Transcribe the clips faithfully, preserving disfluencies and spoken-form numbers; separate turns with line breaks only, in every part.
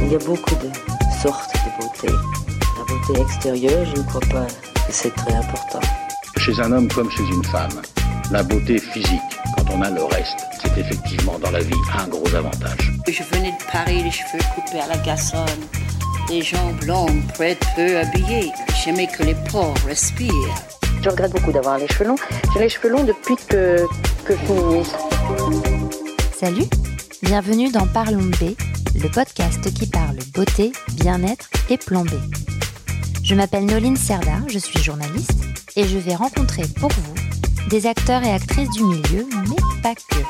Il y a beaucoup de sortes de beauté. La beauté extérieure, je ne crois pas que c'est très important.
Chez un homme comme chez une femme, la beauté physique, quand on a le reste, c'est effectivement dans la vie un gros avantage.
Je venais de Paris, les cheveux coupés à la garçonne, les jambes longues, près de peu habillées. J'aimais que les pores respirent.
Je regrette beaucoup d'avoir les cheveux longs. J'ai les cheveux longs depuis que, que je suis ministre.
Salut, bienvenue dans Parlons B, le podcast qui parle beauté, bien-être et plan B. Je m'appelle Noline Serda, je suis journaliste et je vais rencontrer pour vous des acteurs et actrices du milieu, mais pas que.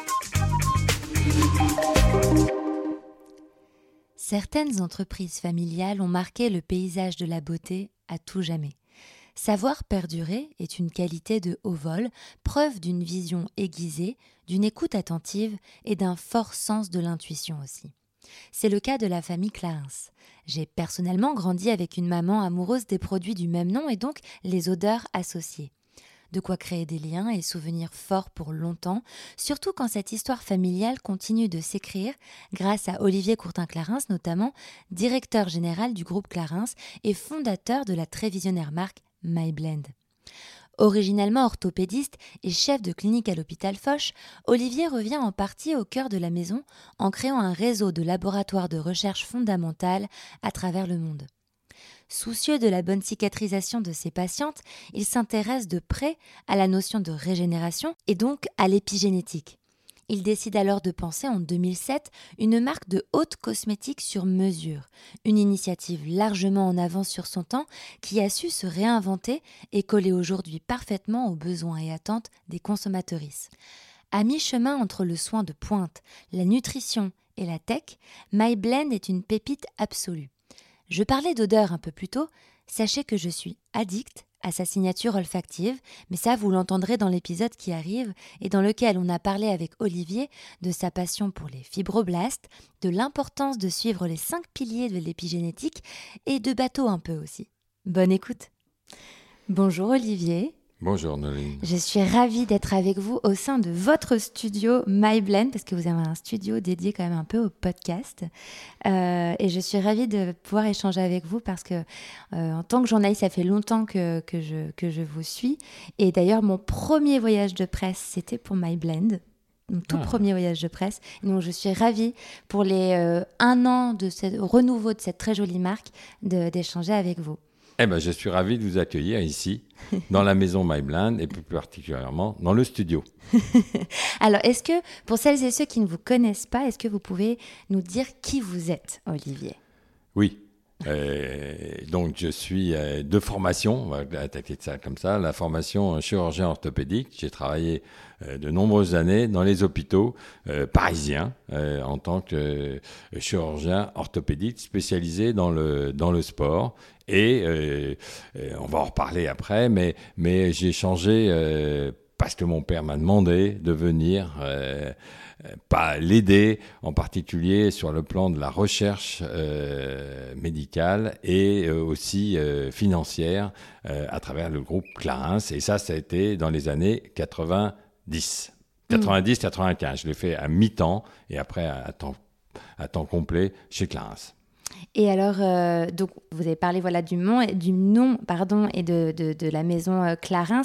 Certaines entreprises familiales ont marqué le paysage de la beauté à tout jamais. Savoir perdurer est une qualité de haut vol, preuve d'une vision aiguisée, d'une écoute attentive et d'un fort sens de l'intuition aussi. C'est le cas de la famille Clarins. J'ai personnellement grandi avec une maman amoureuse des produits du même nom et donc les odeurs associées. De quoi créer des liens et souvenirs forts pour longtemps, surtout quand cette histoire familiale continue de s'écrire grâce à Olivier Courtin-Clarins, notamment directeur général du groupe Clarins et fondateur de la très visionnaire marque MyBlend. Originellement orthopédiste et chef de clinique à l'hôpital Foch, Olivier revient en partie au cœur de la maison en créant un réseau de laboratoires de recherche fondamentale à travers le monde. Soucieux de la bonne cicatrisation de ses patientes, il s'intéresse de près à la notion de régénération et donc à l'épigénétique. Il décide alors de penser en deux mille sept une marque de haute cosmétique sur mesure, une initiative largement en avance sur son temps qui a su se réinventer et coller aujourd'hui parfaitement aux besoins et attentes des consommatrices. À mi-chemin entre le soin de pointe, la nutrition et la tech, MyBlend est une pépite absolue. Je parlais d'odeur un peu plus tôt, sachez que je suis addict à sa signature olfactive, mais ça vous l'entendrez dans l'épisode qui arrive et dans lequel on a parlé avec Olivier de sa passion pour les fibroblastes, de l'importance de suivre les cinq piliers de l'épigénétique et de bateau un peu aussi. Bonne écoute. Bonjour Olivier.
Bonjour Noline.
Je suis ravie d'être avec vous au sein de votre studio MyBlend, parce que vous avez un studio dédié quand même un peu au podcast. Euh, et je suis ravie de pouvoir échanger avec vous parce que, euh, en tant que journaliste, ça fait longtemps que, que, je, que je vous suis. Et d'ailleurs, mon premier voyage de presse, c'était pour MyBlend. Mon tout ah. premier voyage de presse. Et donc, je suis ravie pour les euh, un an de ce renouveau de cette très jolie marque de, d'échanger avec vous.
Eh ben, je suis ravi de vous accueillir ici, dans la maison MyBlend et plus particulièrement dans le studio.
Alors, est-ce que, pour celles et ceux qui ne vous connaissent pas, est-ce que vous pouvez nous dire qui vous êtes, Olivier ?
Oui. Euh, donc, je suis euh, de formation, on va attaquer de ça comme ça, la formation chirurgien orthopédique. J'ai travaillé euh, de nombreuses années dans les hôpitaux euh, parisiens euh, en tant que euh, chirurgien orthopédique spécialisé dans le, dans le sport. Et euh, euh, on va en reparler après, mais, mais j'ai changé euh, parce que mon père m'a demandé de venir euh, pas l'aider, en particulier sur le plan de la recherche euh, médicale et euh, aussi euh, financière euh, à travers le groupe Clarins. Et ça, ça a été dans les années quatre-vingt-dix. quatre-vingt-dix quatre-vingt-quinze. Je l'ai fait à mi-temps et après à temps, à temps complet chez Clarins.
Et alors, euh, donc, vous avez parlé voilà, du, nom, du nom pardon, et de, de, de la maison euh, Clarins.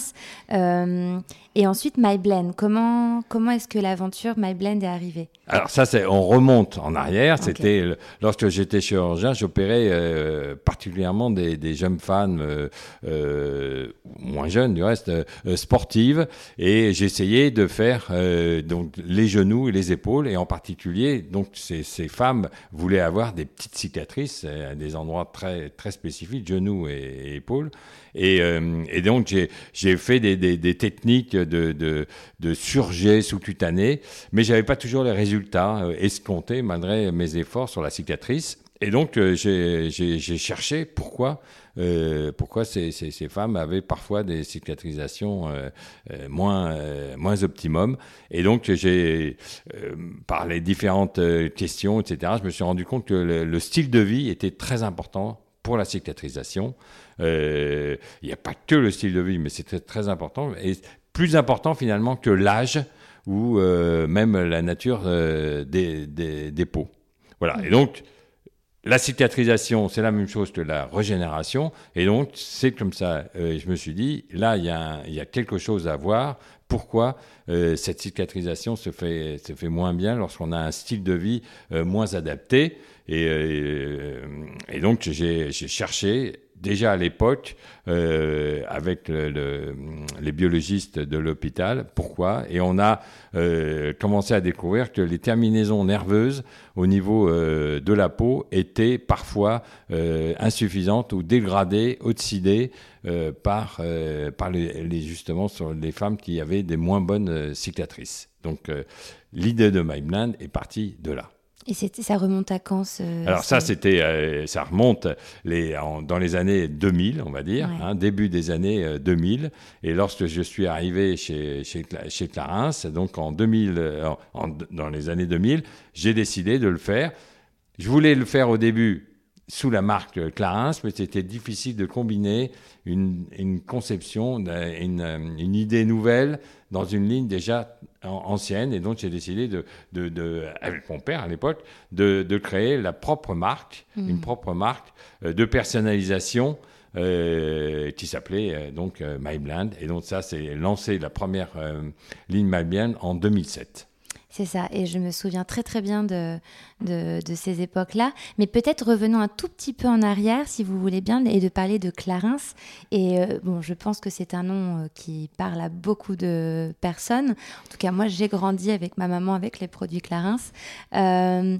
Euh, et ensuite, MyBlend. Comment, comment est-ce que l'aventure MyBlend est arrivée ?
Alors ça, c'est, on remonte en arrière.
Okay.
C'était lorsque j'étais chirurgien, j'opérais euh, particulièrement des, des jeunes femmes, euh, euh, moins jeunes du reste, euh, sportives. Et j'essayais de faire euh, donc, les genoux et les épaules. Et en particulier, donc, ces, ces femmes voulaient avoir des petites cicatrices à des endroits très, très spécifiques, genoux et, et épaules. Et, euh, et donc, j'ai, j'ai fait des, des, des techniques de, de, de surjet sous-cutané, mais je n'avais pas toujours les résultats euh, escomptés malgré mes efforts sur la cicatrice. Et donc, euh, j'ai, j'ai, j'ai cherché pourquoi, euh, pourquoi ces, ces, ces femmes avaient parfois des cicatrisations euh, euh, moins, euh, moins optimum. Et donc, j'ai, euh, par les différentes euh, questions, et cetera, je me suis rendu compte que le, le style de vie était très important pour la cicatrisation. Euh, il n'y a pas que le style de vie, mais c'est très, très important. Et plus important finalement que l'âge ou euh, même la nature euh, des, des, des peaux. Voilà. Et donc, la cicatrisation, c'est la même chose que la régénération. Et donc, c'est comme ça. Euh, je me suis dit, là, il y, y a quelque chose à voir. Pourquoi euh, cette cicatrisation se fait, se fait moins bien lorsqu'on a un style de vie euh, moins adapté. Et, euh, et donc, j'ai, j'ai cherché, déjà à l'époque, euh, avec le, le, les biologistes de l'hôpital, pourquoi. Et on a euh, commencé à découvrir que les terminaisons nerveuses au niveau euh, de la peau étaient parfois euh, insuffisantes ou dégradées, oxydées euh, par, euh, par les, les, justement sur les femmes qui avaient des moins bonnes euh, cicatrices. Donc, euh, l'idée de MyBlend est partie de là.
Et c'était, ça remonte à quand ce,
Alors ça, c'était, euh, ça remonte les, en, dans les années deux mille, on va dire, ouais. hein, début des années euh, deux mille. Et lorsque je suis arrivé chez, chez, chez Clarins, donc en deux mille, en, en, dans les années deux mille, j'ai décidé de le faire. Je voulais le faire au début sous la marque Clarins, mais c'était difficile de combiner une, une conception, une, une idée nouvelle dans une ligne déjà ancienne. Et donc, j'ai décidé, de, de, de, avec mon père à l'époque, de, de créer la propre marque, mmh. une propre marque de personnalisation euh, qui s'appelait euh, donc euh, MyBlend. Et donc, ça, c'est lancé la première euh, ligne MyBlend en deux mille sept.
C'est ça, et je me souviens très très bien de, de, de ces époques-là. Mais peut-être revenons un tout petit peu en arrière, si vous voulez bien, et de parler de Clarins. Et euh, bon, je pense que c'est un nom euh, qui parle à beaucoup de personnes. En tout cas, moi, j'ai grandi avec ma maman avec les produits Clarins. Euh,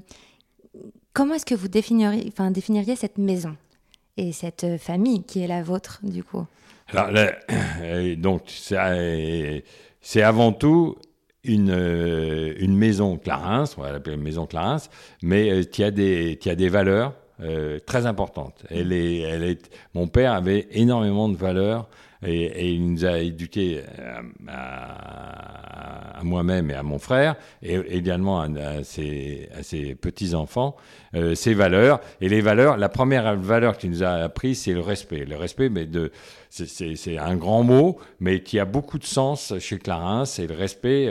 comment est-ce que vous définiriez, enfin, définiriez cette maison et cette famille qui est la vôtre, du coup ?
Alors, là, euh, donc, c'est, c'est avant tout... Une, euh, une maison Clarins, on va l'appeler maison Clarins, mais euh, qui a des, qui a des valeurs euh, très importantes. Elle est, elle est, mon père avait énormément de valeurs et, et il nous a éduqués à, à, à moi-même et à mon frère, et également à, à, ses, à ses petits-enfants, euh, ces valeurs. Et les valeurs, la première valeur qu'il nous a appris, c'est le respect. Le respect, mais de... C'est, c'est, c'est un grand mot, mais qui a beaucoup de sens chez Clarins. C'est le respect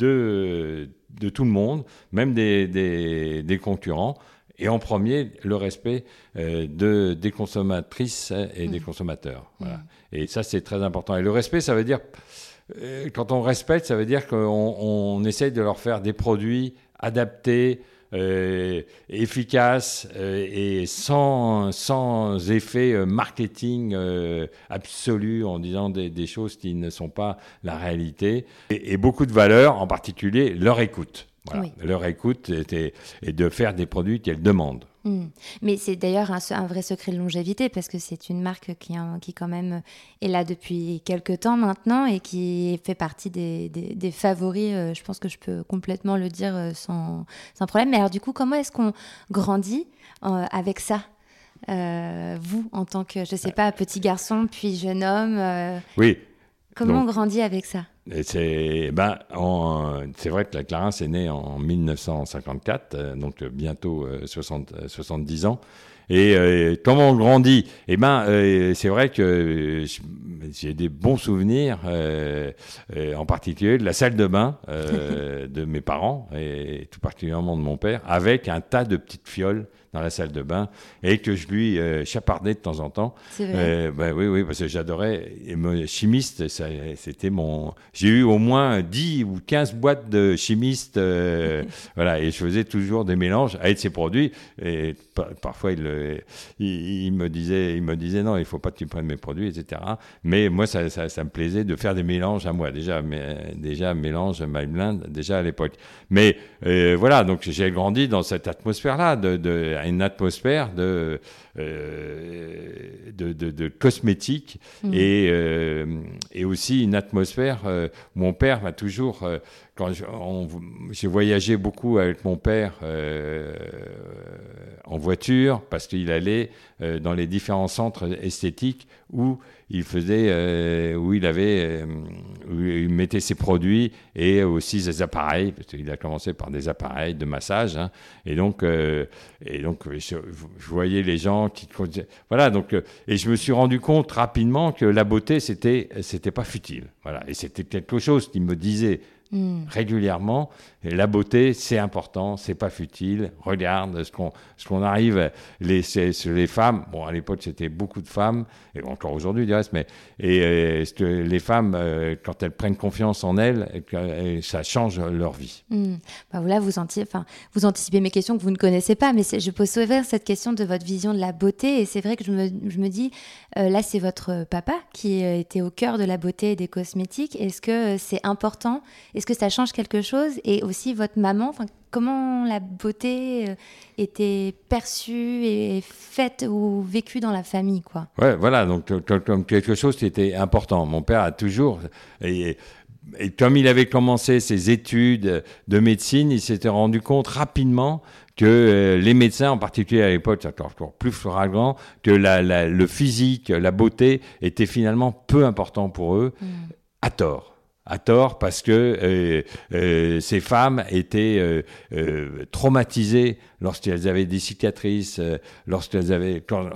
de, de tout le monde, même des, des, des concurrents. Et en premier, le respect euh, de, des consommatrices et mmh. des consommateurs. Voilà. Mmh. Et ça, c'est très important. Et le respect, ça veut dire, euh, quand on respecte, ça veut dire qu'on on essaye de leur faire des produits adaptés, Euh, efficace euh, et sans, sans effet euh, marketing euh, absolu en disant des, des choses qui ne sont pas la réalité. Et, et beaucoup de valeurs, en particulier leur écoute. Voilà. Oui. Leur écoute et, et de faire des produits qu'elles demandent.
Mmh. Mais c'est d'ailleurs un, un vrai secret de longévité parce que c'est une marque qui, qui quand même est là depuis quelques temps maintenant et qui fait partie des, des, des favoris. Euh, je pense que je peux complètement le dire euh, sans, sans problème. Mais alors du coup, comment est-ce qu'on grandit euh, avec ça euh, vous, en tant que, je ne sais pas, petit garçon puis jeune homme euh,
Oui.
Comment
Donc,
on grandit avec ça ?
Et c'est, ben, on, c'est vrai que la Clarins est née en dix-neuf cent cinquante-quatre, euh, donc bientôt euh, soixante, soixante-dix ans. Et euh, comment on grandit ? Eh ben, euh, c'est vrai que j'ai des bons souvenirs, euh, euh, en particulier de la salle de bain euh, de mes parents, et tout particulièrement de mon père, avec un tas de petites fioles dans la salle de bain, et que je lui euh, chapardais de temps en temps.
C'est vrai.
Euh, ben, oui, oui, parce que j'adorais. Et me, chimiste, ça, c'était mon... J'ai eu au moins dix ou quinze boîtes de chimistes, euh, voilà, et je faisais toujours des mélanges avec ces produits, et pa- parfois il, il, il, me disait, il me disait non, il ne faut pas que tu prennes mes produits, et cetera. Mais moi, ça, ça, ça me plaisait de faire des mélanges à moi, déjà, mais, déjà mélange MyBlend, déjà à l'époque. Mais euh, voilà, donc j'ai grandi dans cette atmosphère-là, de, de une atmosphère de, euh, de, de, de cosmétiques mmh. et, euh, et aussi une atmosphère euh, où mon père m'a toujours, euh, quand je, on, j'ai voyagé beaucoup avec mon père euh, en voiture parce qu'il allait euh, dans les différents centres esthétiques où il faisait, euh, où il avait, euh, où il mettait ses produits et aussi ses appareils, parce qu'il a commencé par des appareils de massage, hein, et donc, euh, et donc, je, je voyais les gens qui, voilà, donc, et je me suis rendu compte rapidement que la beauté, c'était, c'était pas futile, voilà, et c'était quelque chose qui me disait Mmh. Régulièrement, et la beauté, c'est important, c'est pas futile. Regarde ce qu'on, ce qu'on arrive, les, c'est, c'est les femmes. Bon, à l'époque, c'était beaucoup de femmes, et encore aujourd'hui du reste, mais et, et les femmes, euh, quand elles prennent confiance en elles, et, et ça change leur vie.
Mmh. Bah, là, vous, anti- vous anticipez mes questions que vous ne connaissez pas, mais c'est, je pose souvent cette question de votre vision de la beauté, et c'est vrai que je me, je me dis, euh, là, c'est votre papa qui était au cœur de la beauté et des cosmétiques. Est-ce que c'est important ? Est-ce que ça change quelque chose ? Et aussi votre maman, comment la beauté était perçue et faite ou vécue dans la famille, quoi ?
Ouais, voilà, donc comme quelque chose qui était important. Mon père a toujours... Et, et comme il avait commencé ses études de médecine, il s'était rendu compte rapidement que euh, les médecins, en particulier à l'époque, c'est encore plus flagrant, que la, la, le physique, la beauté était finalement peu important pour eux, mmh. à tort. À tort, parce que euh, euh, ces femmes étaient euh, euh, traumatisées lorsqu'elles avaient des cicatrices, euh, lorsqu'elles avaient, quand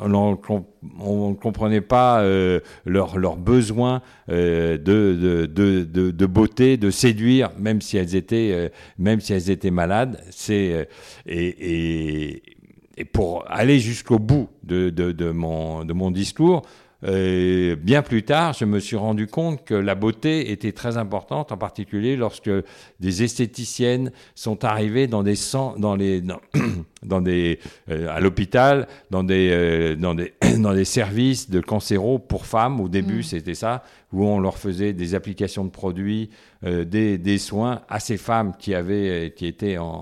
on ne comprenait pas euh, leurs leurs besoins euh, de, de, de, de beauté, de séduire, même si elles étaient, euh, même si elles étaient malades. C'est euh, et, et, et pour aller jusqu'au bout de, de, de mon de mon discours. Euh, bien plus tard, je me suis rendu compte que la beauté était très importante, en particulier lorsque des esthéticiennes sont arrivées dans des centres, dans les, dans, dans des, euh, à l'hôpital, dans des, euh, dans des, dans des services de cancéro pour femmes. Au début, mmh. c'était ça, où on leur faisait des applications de produits, euh, des, des soins à ces femmes qui avaient, qui étaient en,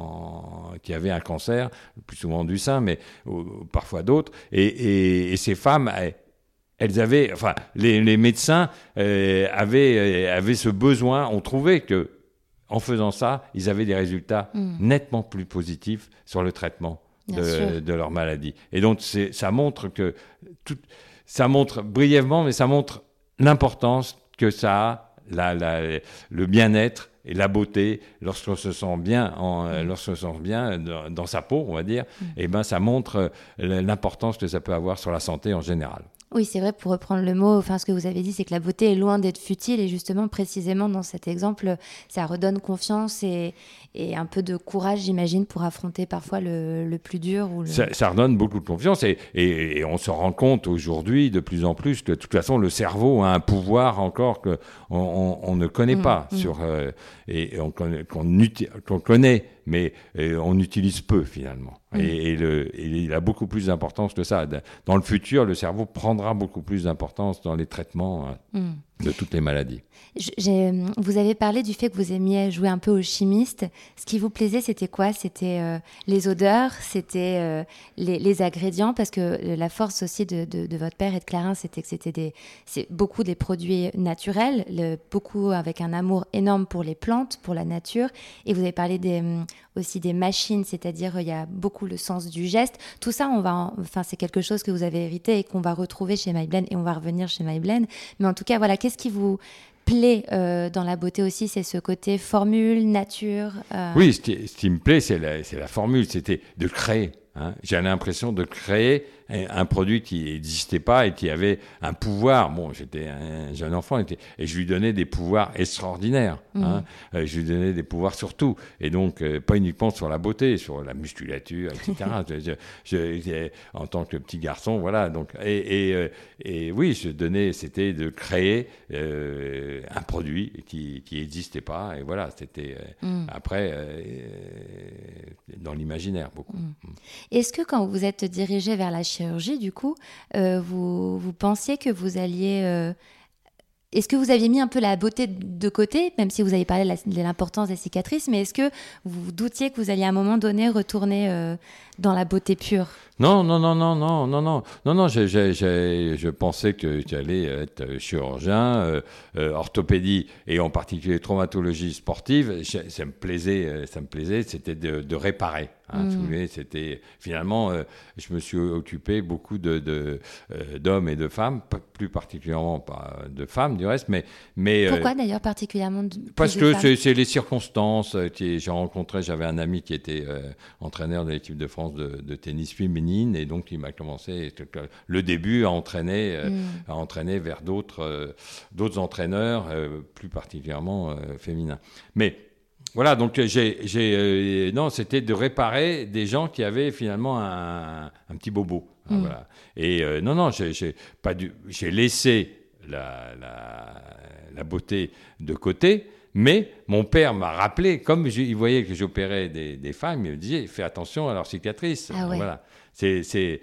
en, qui avaient un cancer, le plus souvent du sein, mais ou, parfois d'autres. Et, et, et ces femmes, elles, Elles avaient, enfin, les, les médecins euh, avaient, euh, avaient ce besoin. On trouvait que, en faisant ça, ils avaient des résultats mmh. nettement plus positifs sur le traitement de, de leur maladie. Et donc, c'est, ça montre que, tout, ça montre brièvement, mais ça montre l'importance que ça a, la, la, le bien-être et la beauté, lorsqu'on se sent bien, en, mmh. lorsqu'on se sent bien dans, dans sa peau, on va dire, mmh. et ben, ça montre l'importance que ça peut avoir sur la santé en général.
Oui, c'est vrai, pour reprendre le mot, enfin, ce que vous avez dit, c'est que la beauté est loin d'être futile. Et justement, précisément, dans cet exemple, ça redonne confiance et, et un peu de courage, j'imagine, pour affronter parfois le, le plus dur. Ou le...
Ça, ça redonne beaucoup de confiance. Et, et, et on se rend compte aujourd'hui, de plus en plus, que de toute façon, le cerveau a un pouvoir encore qu'on on, on ne connaît mmh, pas. Mmh. Sur, euh, et on, qu'on, uti- qu'on connaît, mais euh, on utilise peu, finalement. Mmh. Et, et, le, et il a beaucoup plus d'importance que ça. Dans le futur, le cerveau prendra beaucoup plus d'importance dans les traitements hein, mmh. de toutes les maladies.
J'ai, vous avez parlé du fait que vous aimiez jouer un peu au chimiste. Ce qui vous plaisait, c'était quoi ? C'était euh, les odeurs, c'était euh, les, les ingrédients, parce que la force aussi de, de, de votre père et de Clarins, c'était que c'était des, c'est beaucoup des produits naturels, le, beaucoup avec un amour énorme pour les plantes, pour la nature. Et vous avez parlé des, aussi des machines, c'est-à-dire il y a beaucoup le sens du geste. Tout ça, on va, en, enfin, c'est quelque chose que vous avez hérité et qu'on va retrouver chez Maybelline, et on va revenir chez Maybelline. Mais en tout cas, voilà, qu'est-ce qui vous plaît euh, dans la beauté aussi, c'est ce côté formule, nature. Euh...
Oui, ce qui, ce qui me plaît, c'est la, c'est la formule, c'était de créer. Hein. J'ai l'impression de créer un produit qui n'existait pas et qui avait un pouvoir. Bon, j'étais un jeune enfant et, et je lui donnais des pouvoirs extraordinaires. Mmh. Hein. Euh, je lui donnais des pouvoirs sur tout. Et donc, euh, pas uniquement sur la beauté, sur la musculature, et cetera. je, je, je, en tant que petit garçon, voilà. Donc, et, et, euh, et oui, je donnais, c'était de créer euh, un produit qui n'existait pas. Et voilà, c'était euh, mmh. après euh, dans l'imaginaire beaucoup. Mmh.
Est-ce que quand vous êtes dirigé vers la chirurgie, du coup, euh, vous, vous pensiez que vous alliez... Euh, est-ce que vous aviez mis un peu la beauté de côté, même si vous avez parlé de, la, de l'importance des cicatrices, mais est-ce que vous doutiez que vous alliez à un moment donné retourner euh, dans la beauté pure ?
Non, non, non, non, non, non, non, non, non, j'ai, j'ai, j'ai, je pensais que tu allais être chirurgien, euh, euh, orthopédie et en particulier traumatologie sportive. Je, ça me plaisait, ça me plaisait, c'était de, de réparer. Hein, mmh. Si vous voulez, c'était finalement, euh, je me suis occupé beaucoup de, de euh, d'hommes et de femmes, plus particulièrement pas de femmes du reste, mais mais
pourquoi
euh,
d'ailleurs particulièrement de,
parce
de
que
femmes
c'est, c'est les circonstances qui j'ai rencontré. J'avais un ami qui était euh, entraîneur de l'équipe de France de, de tennis féminin. féminine, et donc il m'a commencé le début à entraîner, euh,
Mm.
à entraîner vers d'autres, euh, d'autres entraîneurs, euh, plus particulièrement euh, féminins. Mais voilà, donc j'ai, j'ai, euh, non, c'était de réparer des gens qui avaient finalement un, un petit bobo. Hein,
Mm.
voilà. Et euh, non, non, j'ai, j'ai, pas dû, j'ai laissé la, la, la beauté de côté, mais mon père m'a rappelé, comme je, il voyait que j'opérais des, des femmes, il me disait, fais attention à leurs cicatrices.
Ah ouais.
Voilà. C'est, c'est,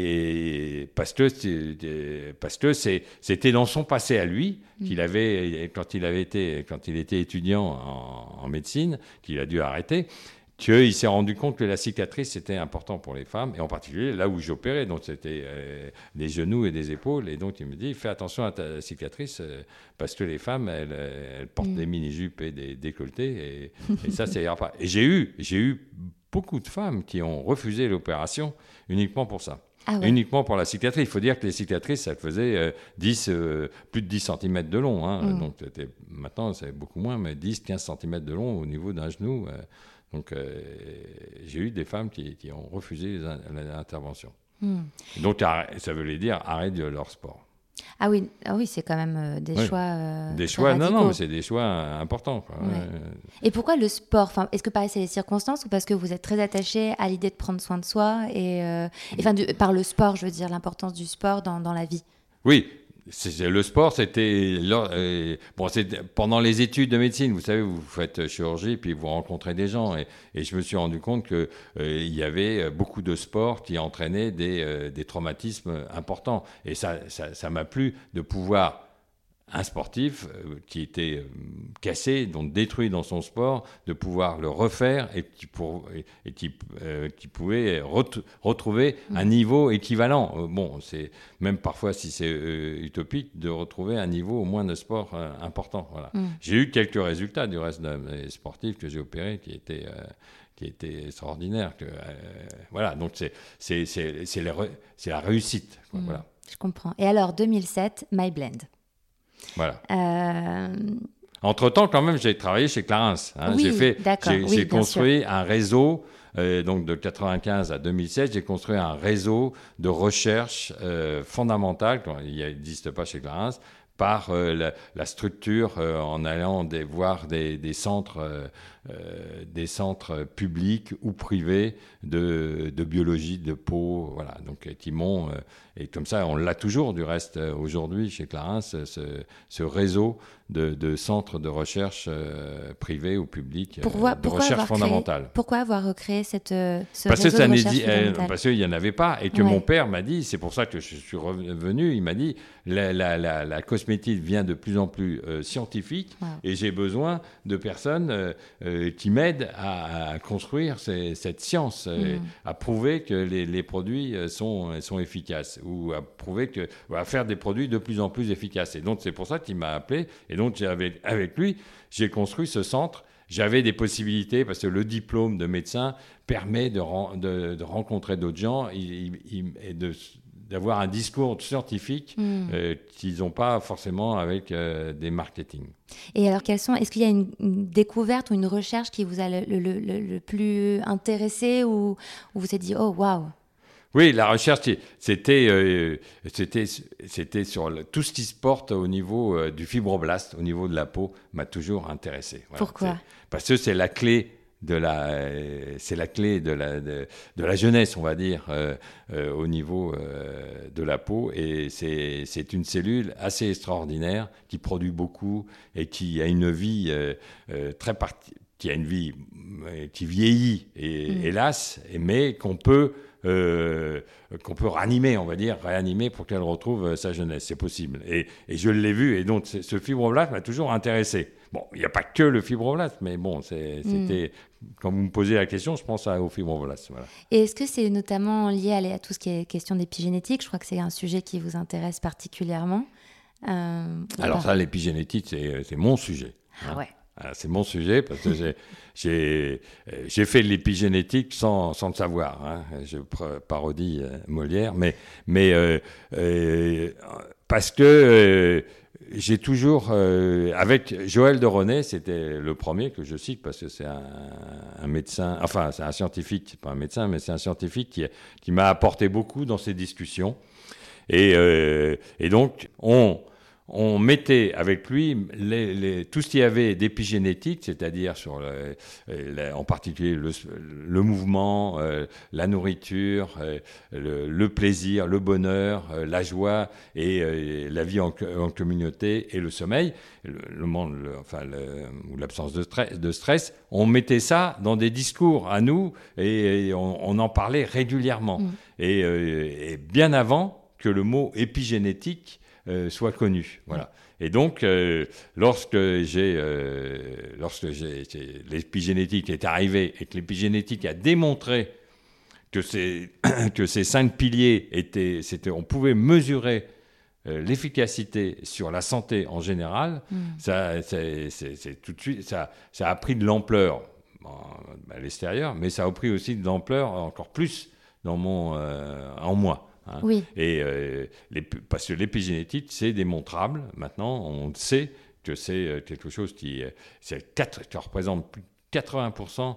et parce que, c'est, parce que c'est, c'était dans son passé à lui, qu'il avait, quand il avait été, quand il était étudiant en, en médecine, qu'il a dû arrêter, qu'il s'est rendu compte que la cicatrice c'était important pour les femmes, et en particulier là où j'opérais, donc c'était euh, des genoux et des épaules, et donc il me dit fais attention à ta cicatrice, euh, parce que les femmes elles, elles portent
Mm.
des mini-jupes et des décolletés, et, et ça ça ira pas. Et j'ai eu, j'ai eu beaucoup de femmes qui ont refusé l'opération uniquement pour ça.
Ah ouais.
Uniquement pour la cicatrice. Il faut dire que les cicatrices, ça faisait euh, dix, euh, plus de dix centimètres de long. Hein.
Mm.
Donc, c'était, maintenant, c'est beaucoup moins, mais dix à quinze centimètres de long au niveau d'un genou. Euh, donc, euh, j'ai eu des femmes qui, qui ont refusé l'intervention.
Mm.
Donc, ça veut dire arrêt de leur sport.
Ah oui, ah oui, c'est quand même euh, des
Oui.
choix. euh,
Des
très
choix, non,
radicaux.
non, mais c'est des choix importants. Quoi.
Ouais.
Euh,
Et pourquoi le sport, enfin, est-ce que pareil c'est les circonstances ou parce que vous êtes très attaché à l'idée de prendre soin de soi et, euh, et enfin du- par le sport, je veux dire l'importance du sport dans, dans la vie.
Oui, c'est, c'est- le sport, c'était lors- euh, bon, c'était pendant les études de médecine. Vous savez, vous faites chirurgie, puis vous rencontrez des gens, et, et je me suis rendu compte que euh, il y avait beaucoup de sports qui entraînaient des, euh, des traumatismes importants, et ça, ça, ça m'a plu de pouvoir un sportif euh, qui était euh, cassé, donc détruit dans son sport, de pouvoir le refaire et qui, pour, et, et qui, euh, qui pouvait ret- retrouver
Mmh.
un niveau équivalent. Euh, bon, c'est même parfois, si c'est euh, utopique, de retrouver un niveau au moins de sport euh, important. Voilà.
Mm.
J'ai eu quelques résultats du reste des sportifs que j'ai opérés qui étaient... Euh, qui était extraordinaire. Que, euh, voilà, donc c'est, c'est, c'est, c'est, la, re- c'est la réussite. Quoi,
Mm.
voilà.
Je comprends. Et alors deux mille sept, My Blend.
Voilà.
Euh,
Entre-temps, quand même, j'ai travaillé chez Clarins. Hein.
Oui,
j'ai fait,
d'accord,
j'ai,
oui,
j'ai
bien
construit un réseau, euh, donc de quatre-vingt-quinze à deux mille sept, j'ai construit un réseau de recherche euh, fondamentale, quand il n'existe pas chez Clarins, par euh, la, la structure euh, en allant des, voir des, des centres, euh, euh, des centres publics ou privés de, de biologie, de peau, voilà. Donc euh, qui m'ont euh, et comme ça, on l'a toujours du reste euh, aujourd'hui chez Clarins, ce, ce réseau de, de centres de recherche euh, privés ou publics euh,
pourquoi,
de
pourquoi
recherche
avoir
fondamentale.
Créé, pourquoi avoir recréé cette, euh, ce
Parce que
réseau
ça
de
n'est
recherche
dit- euh,
fondamentale
parce qu'il n'y en avait pas, et que
Ouais.
mon père m'a dit, c'est pour ça que je suis revenu, il m'a dit, la, la, la, la cosmétique vient de plus en plus euh, scientifique,
Wow.
et j'ai besoin de personnes euh, euh, qui m'aident à, à construire ces- cette science, euh,
Mm.
à prouver que les, les produits euh, sont, sont efficaces, ou à prouver que, ou à faire des produits de plus en plus efficaces. Et donc c'est pour ça qu'il m'a appelé, et donc j'ai- avec, avec lui, j'ai construit ce centre. J'avais des possibilités parce que le diplôme de médecin permet de, ren- de, de rencontrer d'autres gens il- il- et de, d'avoir un discours scientifique
Mm.
euh, qu'ils n'ont pas forcément avec euh, des marketing.
Et alors, quelles sont, est-ce qu'il y a une, une découverte ou une recherche qui vous a le, le, le, le plus intéressé ou, ou vous vous êtes dit, oh, waouh.
Oui, la recherche, c'était, euh, c'était, c'était sur le- tout ce qui se porte au niveau euh, du fibroblaste, au niveau de la peau, m'a toujours intéressé. Voilà.
Pourquoi ?
C'est- Parce que c'est la clé de la, euh, c'est la clé de la, de, de la jeunesse, on va dire, euh, euh, au niveau euh, de la peau. Et c'est, c'est une cellule assez extraordinaire qui produit beaucoup et qui a une vie euh, euh, très parti- qui a une vie euh, qui vieillit, et,
Mm.
hélas, mais qu'on peut Euh, qu'on peut ranimer, on va dire, réanimer pour qu'elle retrouve euh, sa jeunesse. C'est possible. Et, et je l'ai vu, et donc ce fibroblaste m'a toujours intéressé. Bon, il n'y a pas que le fibroblaste, mais bon, c'est, c'était... Quand vous me posez la question, je pense à, au fibroblaste. Voilà.
Et est-ce que c'est notamment lié à, à tout ce qui est question d'épigénétique ? Je crois que c'est un sujet qui vous intéresse particulièrement. Euh,
Alors
bah,
ça, l'épigénétique, c'est, c'est mon sujet.
Ah
hein.
ouais.
Alors, c'est mon sujet parce que j'ai, j'ai, j'ai fait de l'épigénétique sans, sans le savoir. Hein. Je parodie euh, Molière, mais, mais euh, euh, parce que euh, j'ai toujours, euh, avec Joël de René, c'était le premier que je cite parce que c'est un, un médecin, enfin c'est un scientifique, c'est pas un médecin, mais c'est un scientifique qui, qui m'a apporté beaucoup dans ces discussions. Et, euh, et donc, on... on mettait avec lui les, les, tout ce qu'il y avait d'épigénétique, c'est-à-dire sur le, le, en particulier le, le mouvement, euh, la nourriture, euh, le, le plaisir, le bonheur, euh, la joie et euh, la vie en, en communauté et le sommeil, le, le monde, le, enfin, le, ou l'absence de stress, de stress. On mettait ça dans des discours à nous et, et on, on en parlait régulièrement. Mmh. Et, euh, et bien avant que le mot épigénétique Euh, soit connu, voilà. Et donc, euh, lorsque j'ai, euh, lorsque j'ai, j'ai, l'épigénétique est arrivée et que l'épigénétique a démontré que ces que ces cinq piliers étaient, c'était, on pouvait mesurer euh, l'efficacité sur la santé en général, mmh. ça, c'est, c'est, c'est tout de suite, ça, ça a pris de l'ampleur à l'extérieur, mais ça a pris aussi de l'ampleur encore plus dans mon, euh, en moi. Hein.
Oui.
Et euh, les, parce que l'épigénétique, c'est démontrable. Maintenant, on sait que c'est quelque chose qui, c'est quatre, qui représente plus de quatre-vingts pour cent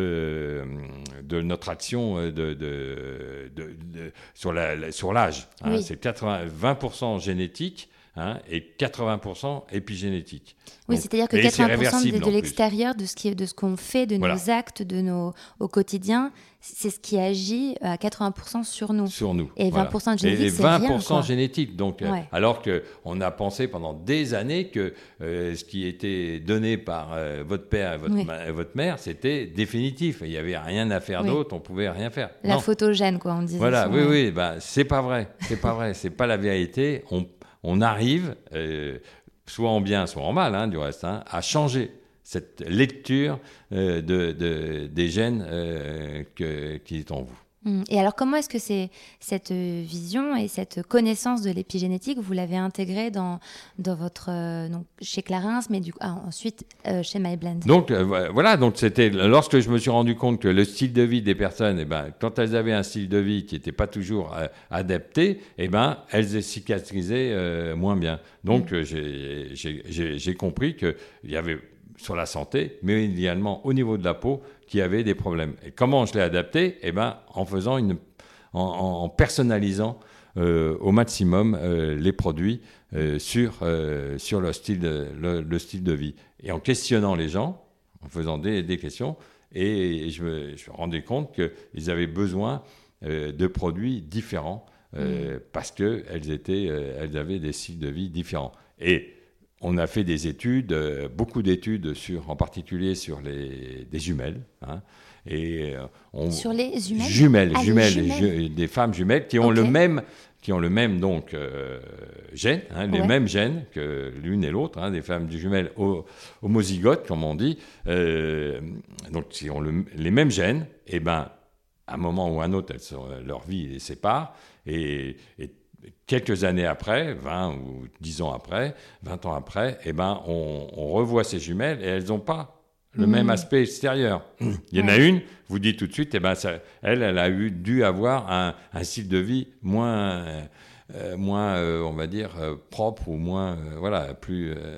de, de notre action de, de, de, de, sur, la, sur l'âge. Hein. Oui. C'est quatre-vingts, vingt pour cent génétique. Hein, et quatre-vingts pour cent épigénétique.
Oui, donc, c'est-à-dire que quatre-vingts pour cent de, de l'extérieur, de ce, qui, de ce qu'on fait, de voilà. nos actes, de nos, au quotidien, c'est ce qui agit à quatre-vingts pour cent sur nous.
Sur nous.
Et vingt pour cent
voilà.
de génétique,
et
c'est rien.
vingt pour cent
quoi.
Génétique. Donc,
ouais.
euh, alors qu'on a pensé pendant des années que euh, ce qui était donné par euh, votre père et votre, oui. ma, et votre mère, c'était définitif. Il n'y avait rien à faire oui. d'autre, on ne pouvait rien faire.
La
non.
photogène, quoi, on disait.
Voilà,
son...
oui, oui, bah, c'est pas vrai. C'est pas vrai. C'est pas la vérité. On On arrive, euh, soit en bien, soit en mal, hein, du reste, hein, à changer cette lecture euh, de, de, des gènes euh, que, qui est en vous.
Et alors, comment est-ce que c'est, cette vision et cette connaissance de l'épigénétique, vous l'avez intégrée dans, dans votre, euh, donc, chez Clarins, mais du coup, ah, ensuite euh, chez MyBlend?
Donc, euh, voilà, donc c'était, lorsque je me suis rendu compte que le style de vie des personnes, eh ben, quand elles avaient un style de vie qui n'était pas toujours euh, adapté, eh ben, elles cicatrisaient euh, moins bien. Donc, mmh. euh, j'ai, j'ai, j'ai, j'ai compris qu'il y avait sur la santé, mais également au niveau de la peau, qui avait des problèmes. Et comment je l'ai adapté? Eh ben, en faisant une, en, en personnalisant euh, au maximum euh, les produits euh, sur euh, sur le style de, le, le style de vie et en questionnant les gens, en faisant des, des questions. Et je me, je me rendais compte qu'ils avaient besoin euh, de produits différents euh, mmh. parce que elles étaient, euh, elles avaient des styles de vie différents. Et on a fait des études, euh, beaucoup d'études sur, en particulier sur les des jumelles. Hein, et euh, on,
sur les jumelles.
Jumelles,
ah,
jumelles,
jumelles.
Ju, des femmes jumelles qui ont okay. le même, qui ont le même donc euh, gène, hein, les ouais. mêmes gènes que l'une et l'autre, hein, des femmes jumelles homozygotes, comme on dit, euh, donc qui ont le, les mêmes gènes. Et ben, à un moment ou à un autre, elles sont, leur vie les sépare et, et quelques années après, vingt ou dix ans après, vingt ans après, eh ben, on, on revoit ces jumelles et elles n'ont pas le mmh. même aspect extérieur. Il y en ouais. a une, vous dites tout de suite, eh ben, ça, elle, elle a eu, dû avoir un, un style de vie moins, euh, moins euh, on va dire, euh, propre ou moins, euh, voilà, plus, euh,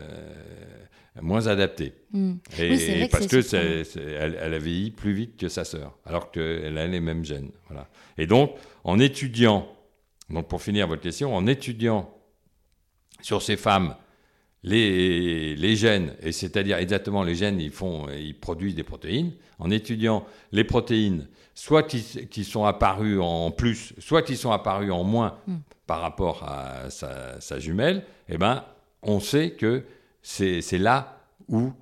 moins adapté.
Mmh.
Et,
oui, c'est vrai
parce
que,
que
c'est
c'est, c'est, elle, elle a vieilli plus vite que sa sœur, alors qu'elle a les mêmes gènes. Voilà. Et donc, en étudiant, donc pour finir votre question, en étudiant sur ces femmes les, les gènes, et c'est-à-dire exactement les gènes, ils, font, ils produisent des protéines, en étudiant les protéines, soit qui, qui sont apparues en plus, soit qui sont apparues en moins mm. par rapport à sa, sa jumelle, eh ben, on sait que c'est, c'est là où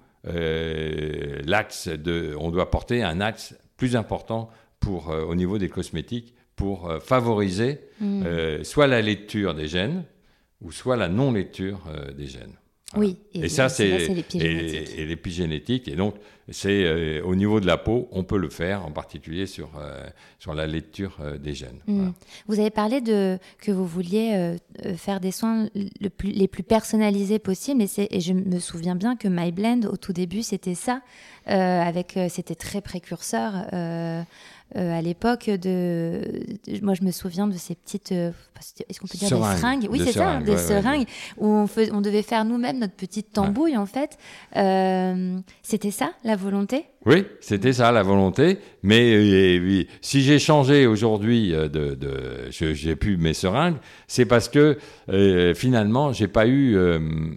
euh, l'axe de, on doit porter un axe plus important pour, euh, au niveau des cosmétiques, pour euh, favoriser mmh. euh, soit la lecture des gènes ou soit la non-lecture euh, des gènes. Voilà.
Oui,
et, et ça, c'est,
là, c'est l'épigénétique.
Et, et l'épigénétique. Et donc, c'est euh, au niveau de la peau, on peut le faire, en particulier sur, euh, sur la lecture euh, des gènes.
Mmh.
Voilà.
Vous avez parlé de, que vous vouliez euh, faire des soins le plus, les plus personnalisés possibles. Et, c'est, et je me souviens bien que MyBlend, au tout début, c'était ça. Euh, avec, euh, c'était très précurseur. Euh, Euh, à l'époque, de... moi je me souviens de ces petites, euh... est-ce qu'on peut dire
seringues.
des seringues? Oui,
de
c'est
seringues,
ça, des
ouais,
seringues
ouais.
où on, fais... on devait faire nous-mêmes notre petite tambouille ouais. en fait. Euh... C'était ça la volonté?
Oui, c'était ça la volonté. Mais et, et, si j'ai changé aujourd'hui de, de, je, j'ai plus mes seringues, c'est parce que euh, finalement j'ai pas eu, euh,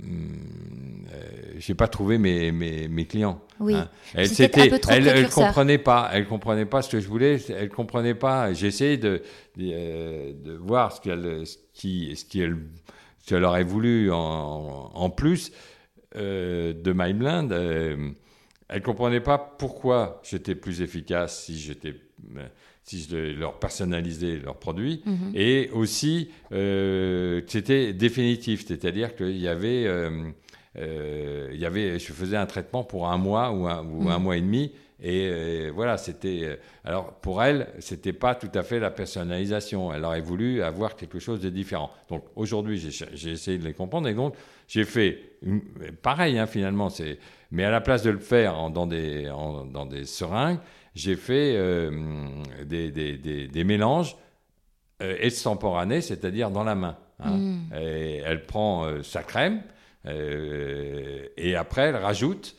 euh, j'ai pas trouvé mes mes, mes clients.
Oui.
Hein. Elle,
c'était un peu trop
elle, elle
précurseur.
comprenait pas, elle comprenait pas ce que je voulais, elle comprenait pas. J'ai essayé de, de, de voir ce qu'elle, ce qui, ce qu'elle, ce qu'elle aurait voulu en, en plus euh, de MyBlend. Euh, elle comprenait pas pourquoi j'étais plus efficace si j'étais, si je leur personnalisais leurs produits, mm-hmm. et aussi euh, c'était définitif, c'est-à-dire qu'il y avait euh, Euh, il y avait, je faisais un traitement pour un mois ou un, ou mmh. un mois et demi, et euh, voilà, c'était. Alors pour elle, c'était pas tout à fait la personnalisation. Elle aurait voulu avoir quelque chose de différent. Donc aujourd'hui, j'ai, j'ai essayé de les comprendre, et donc j'ai fait une, pareil hein, finalement. C'est, mais à la place de le faire en, dans des en, dans des seringues, j'ai fait euh, des, des, des, des mélanges euh, extemporanés, c'est-à-dire dans la main. Hein. Mmh. Et elle prend euh, sa crème. Euh, et après, elle rajoute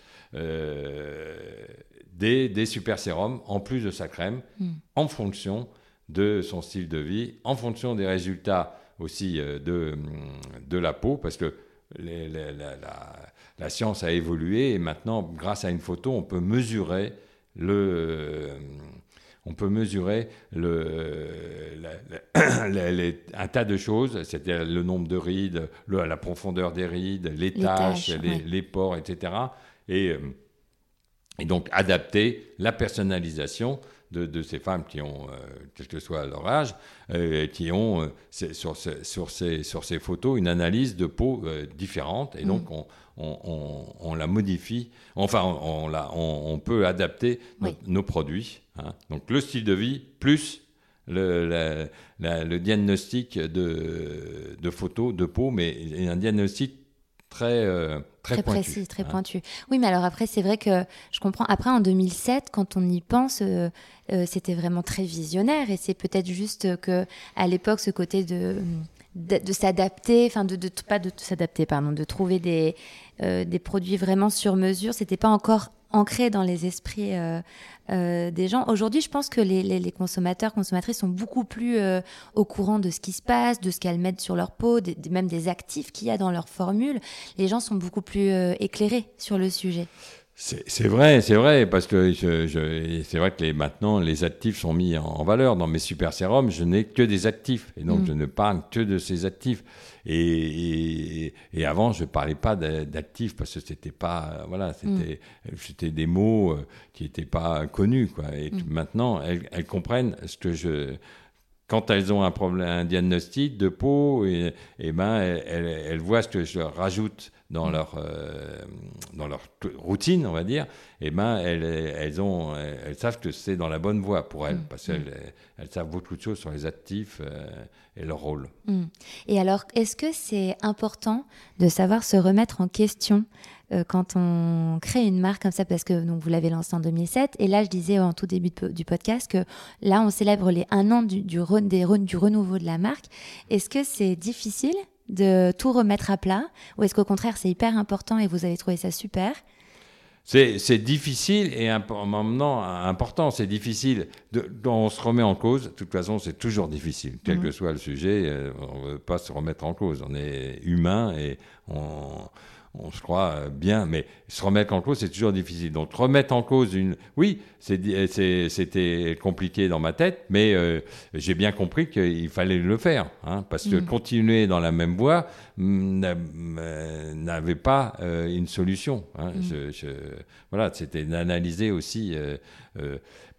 euh, des, des super sérums en plus de sa crème, mm. en fonction de son style de vie, en fonction des résultats aussi euh, de, de la peau, parce que les, les, la, la, la science a évolué et maintenant, grâce à une photo, on peut mesurer le... Euh, on peut mesurer le, la, la, la, les, un tas de choses, c'est-à-dire le nombre de rides, le, la profondeur des rides, les, les taches, taches les, ouais. les pores, et cetera. Et, et donc adapter la personnalisation de, de ces femmes qui ont, euh, quel que soit leur âge, euh, qui ont euh, sur, ces, sur, ces, sur ces photos une analyse de peau euh, différente. Et donc, mmh. on, on, on, on la modifie, enfin, on, on, la, on, on peut adapter oui. nos, nos produits. Hein. Donc, le style de vie plus le, la, la, le diagnostic de, de photos de peau, mais un diagnostic très, euh, très,
très
pointu,
précis, très
hein.
pointu. Oui, mais alors après, c'est vrai que je comprends. Après, en deux mille sept, quand on y pense, euh, euh, c'était vraiment très visionnaire, et c'est peut-être juste que à l'époque, ce côté de de, de s'adapter, enfin de, de pas de, de s'adapter, pardon, de trouver des euh, des produits vraiment sur mesure, c'était pas encore ancré dans les esprits euh, euh, des gens. Aujourd'hui, je pense que les, les, les consommateurs, consommatrices sont beaucoup plus euh, au courant de ce qui se passe, de ce qu'elles mettent sur leur peau, des, même des actifs qu'il y a dans leur formule. Les gens sont beaucoup plus euh, éclairés sur le sujet.
C'est, c'est vrai, c'est vrai, parce que je, je, c'est vrai que les, maintenant, les actifs sont mis en, en valeur. Dans mes super sérums, je n'ai que des actifs, et donc mmh. je ne parle que de ces actifs. Et, et, et avant, je ne parlais pas d'actifs, parce que c'était pas, voilà, c'était, mmh. c'était des mots qui n'étaient pas connus, quoi. Et mmh. maintenant, elles, elles comprennent ce que je... Quand elles ont un problème, un diagnostic de peau, et, et ben, elles, elles, elles voient ce que je leur rajoute dans leur euh, dans leur t- routine, on va dire. Et ben, elles, elles ont, elles, elles savent que c'est dans la bonne voie pour elles, mmh. parce qu'elles elles, elles savent beaucoup de choses sur les actifs euh, et leur rôle.
Mmh. Et alors, est-ce que c'est important de savoir se remettre en question euh, quand on crée une marque comme ça, parce que donc vous l'avez lancée en deux mille sept, et là je disais en tout début de, du podcast que là on célèbre les un an du du, re, des, du renouveau de la marque. Est-ce que c'est difficile de tout remettre à plat, ou est-ce qu'au contraire c'est hyper important et vous avez trouvé ça super?
C'est, c'est difficile et imp- maintenant important. C'est difficile. De, on se remet en cause. De toute façon, c'est toujours difficile. Quel mmh. que soit le sujet, euh, on ne veut pas se remettre en cause. On est humain et on, on se croit bien. Mais se remettre en cause, c'est toujours difficile. Donc, remettre en cause une... Oui, c'est, c'est, c'était compliqué dans ma tête, mais euh, j'ai bien compris qu'il fallait le faire. Hein, parce que mmh. continuer dans la même voie n'avait pas euh, une solution. Hein. Mmh. Je, je, voilà, c'était d'analyser aussi... Euh, euh,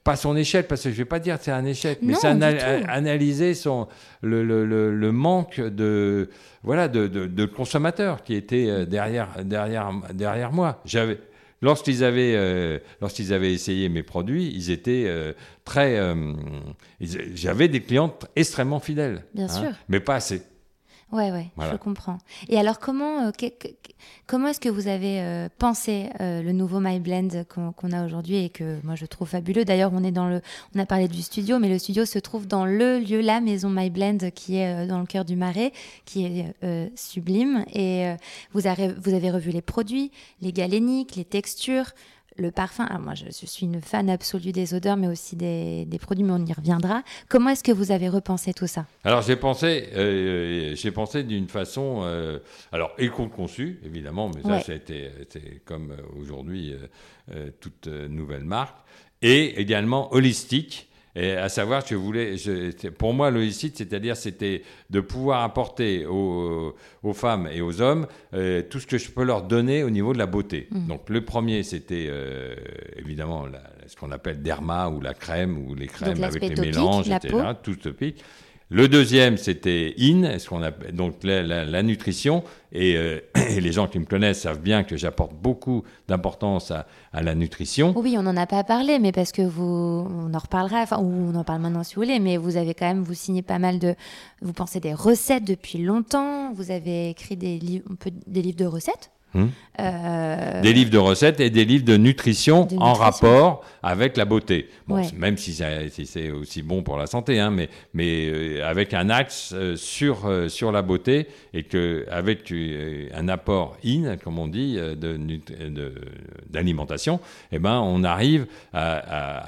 pas son échelle, parce que je ne vais pas dire que c'est un échec, mais
Non,
c'est ana-
du tout.
analyser son, le, le, le, le manque de, voilà, de, de, de consommateurs qui étaient euh, derrière, derrière, derrière moi. J'avais, lorsqu'ils, avaient, euh, lorsqu'ils avaient essayé mes produits, ils étaient euh, très... Euh, ils, j'avais des clients extrêmement fidèles.
Bien
hein,
sûr.
mais pas assez.
Ouais, ouais,
Voilà.
je comprends. Et alors, comment, euh, que- que- comment est-ce que vous avez euh, pensé euh, le nouveau My Blend qu'on, qu'on a aujourd'hui et que moi je trouve fabuleux. D'ailleurs, on est dans le, on a parlé du studio, mais le studio se trouve dans le lieu, la maison My Blend, qui est euh, dans le cœur du Marais, qui est euh, sublime. Et euh, vous avez, vous avez revu les produits, les galéniques, les textures. Le parfum, alors moi je, je suis une fan absolue des odeurs, mais aussi des, des produits, mais on y reviendra. Comment est-ce que vous avez repensé tout ça ?
Alors j'ai pensé, euh, j'ai pensé d'une façon, euh, alors éco-conçue évidemment, mais ça
Ouais.
c'était, c'est comme euh, aujourd'hui euh, euh, toute euh, nouvelle marque, et également holistique. Et à savoir, je voulais, je, c'est- pour moi, l'holistique, c'est-à-dire, c'était de pouvoir apporter aux, aux femmes et aux hommes euh, tout ce que je peux leur donner au niveau de la beauté.
Mmh.
Donc, le premier, c'était euh, évidemment la- ce qu'on appelle derma ou la crème ou les crèmes avec
l'aspect
les
topique,
mélanges,
la
et cetera.
peau.
Tout topique. Le deuxième, c'était in, ce qu'on appelle donc la, la- la nutrition. Et, euh, et les gens qui me connaissent savent bien que j'apporte beaucoup d'importance à, à la nutrition.
Oui, on n'en a pas parlé, mais parce que vous, on en reparlera, enfin, ou on en parle maintenant si vous voulez, mais vous avez quand même, vous signez pas mal de, vous pensez des recettes depuis longtemps, vous avez écrit des livres, un peu des livres de recettes.
Hum.
Euh,
Des livres de recettes et des livres de nutrition,
De
en
nutrition.
rapport avec la beauté. Bon,
Ouais.
c'est- même si, ça- si c'est aussi bon pour la santé, hein, mais, mais euh, avec un axe euh, sur, euh, sur la beauté et que, avec euh, un apport in, comme on dit, euh, de, nut- de- d'alimentation, eh ben, on arrive à, à-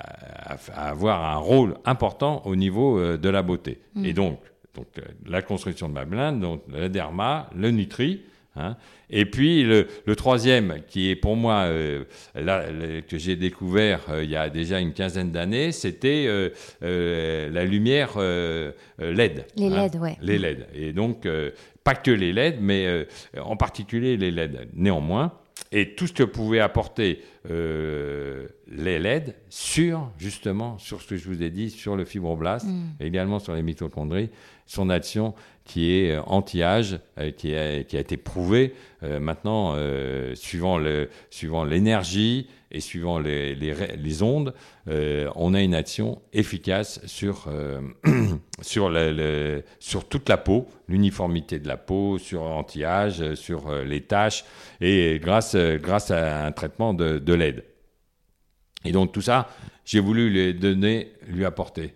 à- à avoir un rôle important au niveau euh, de la beauté.
Mm.
Et donc, donc euh, la construction de ma blinde, donc le derma, le nutri, hein. Et puis le, le troisième, qui est pour moi, euh, là, le- que j'ai découvert euh, il y a déjà une quinzaine d'années, c'était euh, euh, la lumière euh, euh, L E D.
Les L E D, ouais.
Les L E D. Et donc, euh, pas que les L E D, mais euh, en particulier les L E D. Néanmoins, et tout ce que pouvaient apporter euh, les L E D sur, justement, sur ce que je vous ai dit, sur le fibroblast,
Mm.
et également sur les mitochondries, son action qui est euh, anti-âge, euh, qui, a, qui a été prouvée euh, maintenant, euh, suivant, le, suivant l'énergie et suivant les, les, ra- les ondes, euh, on a une action efficace sur, euh, sur, le, le- sur toute la peau, l'uniformité de la peau, sur anti-âge, sur euh, les taches, et grâce, euh, grâce à un traitement de, de L E D. Et donc tout ça, j'ai voulu lui donner, lui apporter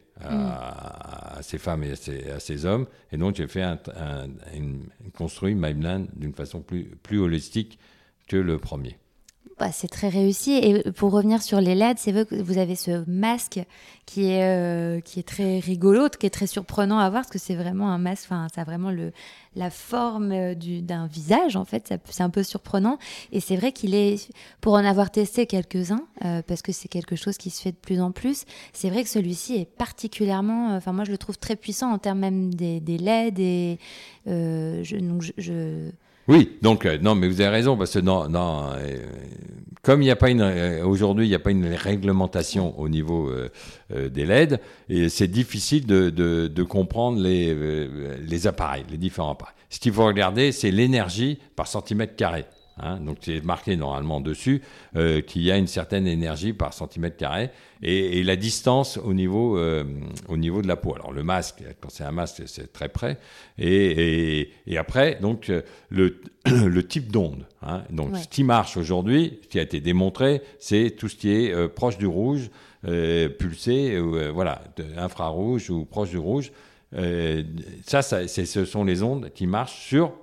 à, à ces femmes et à ces, à ces hommes. Et donc j'ai fait un, un, une, construit My Blend d'une façon plus, plus holistique que le premier.
Bah, c'est très réussi. Et pour revenir sur les L E D, c'est vrai que vous avez ce masque qui est, euh, qui est très rigolo, qui est très surprenant à voir, parce que c'est vraiment un masque, enfin, ça a vraiment le, la forme du, d'un visage, en fait. Ça, c'est un peu surprenant. Et c'est vrai qu'il est, pour en avoir testé quelques-uns, euh, parce que c'est quelque chose qui se fait de plus en plus, c'est vrai que celui-ci est particulièrement, enfin, moi, je le trouve très puissant en termes même des, des L E D. Et, euh, je, donc, je... je...
Oui, donc euh, non, mais vous avez raison, parce que non, non, euh, comme il n'y a pas une euh, aujourd'hui, il n'y a pas une réglementation au niveau euh, euh, des L E D, et c'est difficile de, de, de comprendre les, euh, les appareils, les différents appareils. Ce qu'il faut regarder, c'est l'énergie par centimètre carré. Hein, donc c'est marqué normalement dessus euh, qu'il y a une certaine énergie par centimètre carré et, et la distance au niveau, euh, au niveau de la peau. Alors le masque, quand c'est un masque, c'est très près. Et, et, et après, donc le, le type d'onde. Hein, donc
Ouais.
ce qui marche aujourd'hui, ce qui a été démontré, c'est tout ce qui est euh, proche du rouge, euh, pulsé, ou, euh, voilà, de- infrarouge ou proche du rouge. Euh, ça, ça c'est, ce sont les ondes qui marchent sur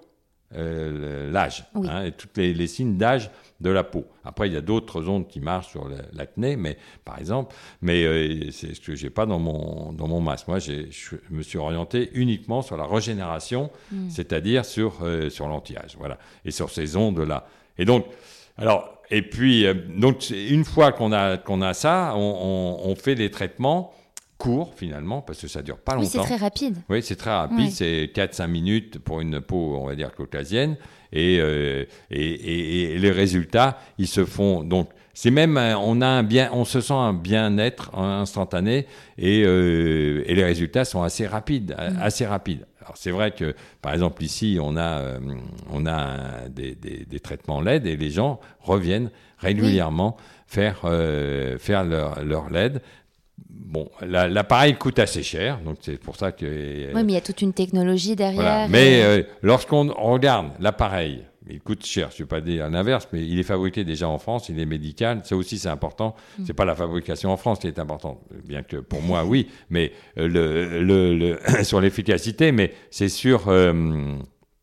Euh, l'âge,
Oui.
hein, et tous les, les signes d'âge de la peau. Après, il y a d'autres ondes qui marchent sur la- l'acné, mais par exemple, mais euh, c'est ce que j'ai pas dans mon dans mon masque. Moi, j'ai, je me suis orienté uniquement sur la régénération,
Mm.
c'est-à-dire sur euh, sur l'anti-âge, voilà, et sur ces ondes-là. Et donc, alors, et puis, euh, donc, c'est- une fois qu'on a qu'on a ça, on, on, on fait des traitements court finalement, parce que ça ne dure pas
Oui,
longtemps.
c'est très rapide.
Oui, c'est très rapide,
Oui.
c'est quatre à cinq minutes pour une peau, on va dire, caucasienne. Et, euh, et, et, et les résultats, ils se font... Donc, c'est même, on, a un bien, on se sent un bien-être instantané et, euh, et les résultats sont assez rapides, mmh. assez rapides. Alors, c'est vrai que, par exemple, ici, on a, euh, on a un, des, des, des traitements L E D et les gens reviennent régulièrement oui. faire, euh, faire leur, leur L E D. Bon, la, l'appareil coûte assez cher, donc c'est pour ça que... Euh,
oui, mais il y a toute une technologie derrière.
Voilà.
Et...
Mais euh, lorsqu'on regarde l'appareil, il coûte cher, je ne vais pas dire l'inverse, mais il est fabriqué déjà en France, il est médical, ça aussi c'est important. Mm. Ce n'est pas la fabrication en France qui est importante, bien que pour moi oui, mais euh, le, le, le, sur l'efficacité, mais c'est sur... Euh,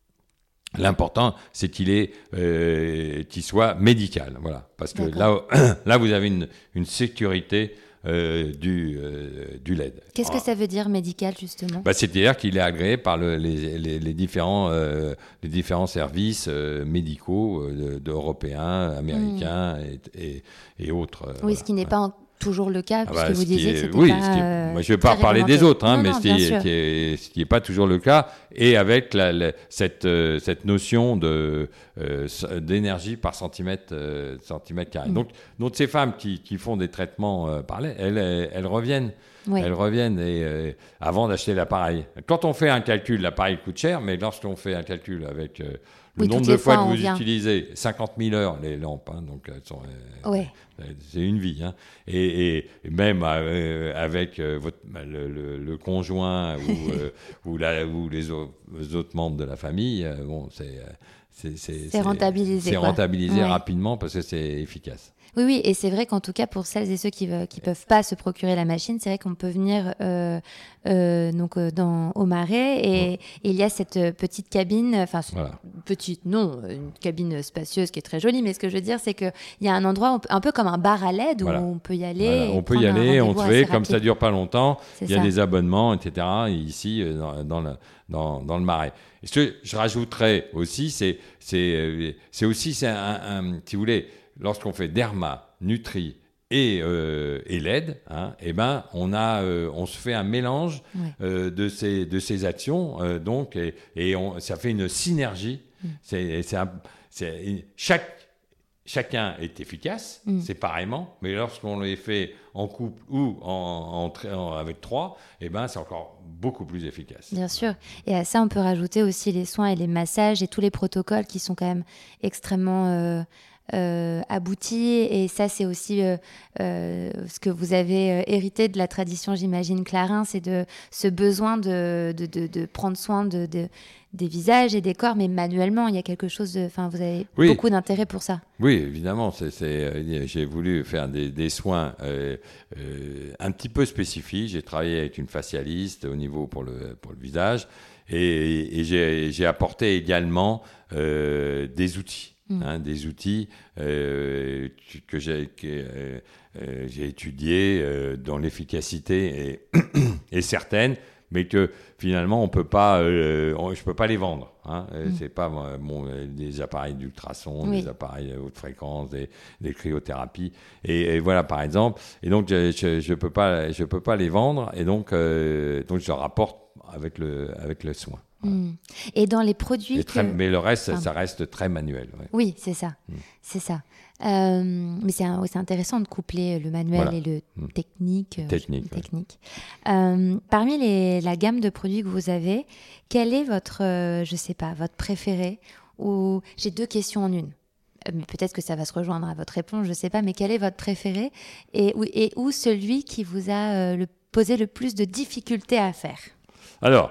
L'important, c'est qu'il, est, euh, qu'il soit médical, voilà, parce que là, là, vous avez une, une sécurité euh, du, euh, du L E D.
Qu'est-ce que ça veut dire médical, justement ?
Bah, c'est-à-dire qu'il est agréé par le, les, les, les, différents, euh, les différents services euh, médicaux euh, d'Européens, Américains mmh. et, et, et autres. Euh,
oui,
voilà.
ce qui n'est pas en... toujours le cas, puisque
ah bah,
vous disiez est, que c'était
oui,
pas...
Est,
euh,
moi, je ne vais pas parler des autres, hein, non, mais non, ce qui n'est pas toujours le cas, et avec la, la, cette, euh, cette notion de, euh, d'énergie par centimètre, euh, centimètre carré. Mm. Donc, donc, ces femmes qui, qui font des traitements euh, par là, elles, elles, elles reviennent. Oui. Elles reviennent et, euh, avant d'acheter l'appareil. Quand on fait un calcul, l'appareil coûte cher, mais lorsqu'on fait un calcul avec... Euh, le oui, nombre de fois, fois que vous vient. utilisez, cinquante mille heures les lampes, hein, donc elles sont, euh,
ouais.
euh, c'est une vie. Hein, et, et même euh, avec euh, votre, le, le, le conjoint ou, euh, ou, la, ou les, autres, les autres membres de la famille, euh, bon, c'est, c'est, c'est,
c'est rentabilisé.
C'est
quoi.
rentabilisé
ouais.
rapidement parce que c'est efficace.
Oui, oui, et c'est vrai qu'en tout cas, pour celles et ceux qui ne peuvent pas se procurer la machine, c'est vrai qu'on peut venir euh, euh, donc, euh, dans, au Marais et, ouais. et il y a cette petite cabine, enfin, voilà. petite, non, une cabine spacieuse qui est très jolie, mais ce que je veux dire, c'est qu'il y a un endroit un peu comme un bar à L E D où voilà. on peut y aller.
Voilà. On peut y aller, on te fait, comme ça ne dure pas longtemps, c'est il y a ça. des abonnements, et cetera, ici, dans, dans, le, dans, dans le Marais. Et ce que je rajouterais aussi, c'est, c'est, c'est aussi, c'est un, un, si vous voulez, lorsqu'on fait Derma, Nutri et, euh, et L E D, hein, eh ben, on, a, euh, on se fait un mélange ouais. euh, de, ces, de ces actions, euh, donc, et, et on, ça fait une synergie. Mm. C'est, c'est un, c'est, chaque, chacun est efficace, mm. séparément, mais lorsqu'on les fait en couple ou en, en, en, avec trois, eh ben, c'est encore beaucoup plus efficace.
Bien sûr. Et à ça, on peut rajouter aussi les soins et les massages et tous les protocoles qui sont quand même extrêmement... Euh, Euh, abouti et ça c'est aussi euh, euh, ce que vous avez euh, hérité de la tradition, j'imagine, Clarins, c'est de ce besoin de, de, de, de prendre soin de, de, des visages et des corps, mais manuellement. Il y a quelque chose de, enfin, vous avez oui. beaucoup d'intérêt pour ça.
Oui, évidemment. C'est, c'est, j'ai voulu faire des, des soins euh, euh, un petit peu spécifiques. J'ai travaillé avec une facialiste au niveau pour le, pour le visage et, et j'ai, j'ai apporté également euh, des outils. Mmh. Hein, des outils euh, que j'ai, que, euh, euh, j'ai étudiés, euh, dont l'efficacité est, est certaine, mais que finalement on peut pas, euh, on, je peux pas les vendre. Hein, mmh. C'est pas bon, des appareils d'ultrasons, oui. des appareils à haute fréquence, des, des cryothérapies. Et, et voilà, par exemple. Et donc je, je, je peux pas, je peux pas les vendre. Et donc, euh, donc je leur apporte avec le, avec le soin. Voilà.
Mmh. Et dans les produits...
Très,
que...
Mais le reste,
enfin,
ça reste très manuel. Ouais.
Oui, c'est ça. Mmh. C'est ça. Euh, mais c'est, un, c'est intéressant de coupler le manuel voilà. et le mmh. technique.
Technique.
Euh, technique. Euh, parmi les, la gamme de produits que vous avez, quel est votre, euh, je sais pas, votre préféré ou... J'ai deux questions en une. Mais peut-être que ça va se rejoindre à votre réponse, je ne sais pas. Mais quel est votre préféré et, et où celui qui vous a euh, le, posé le plus de difficultés à faire?
Alors,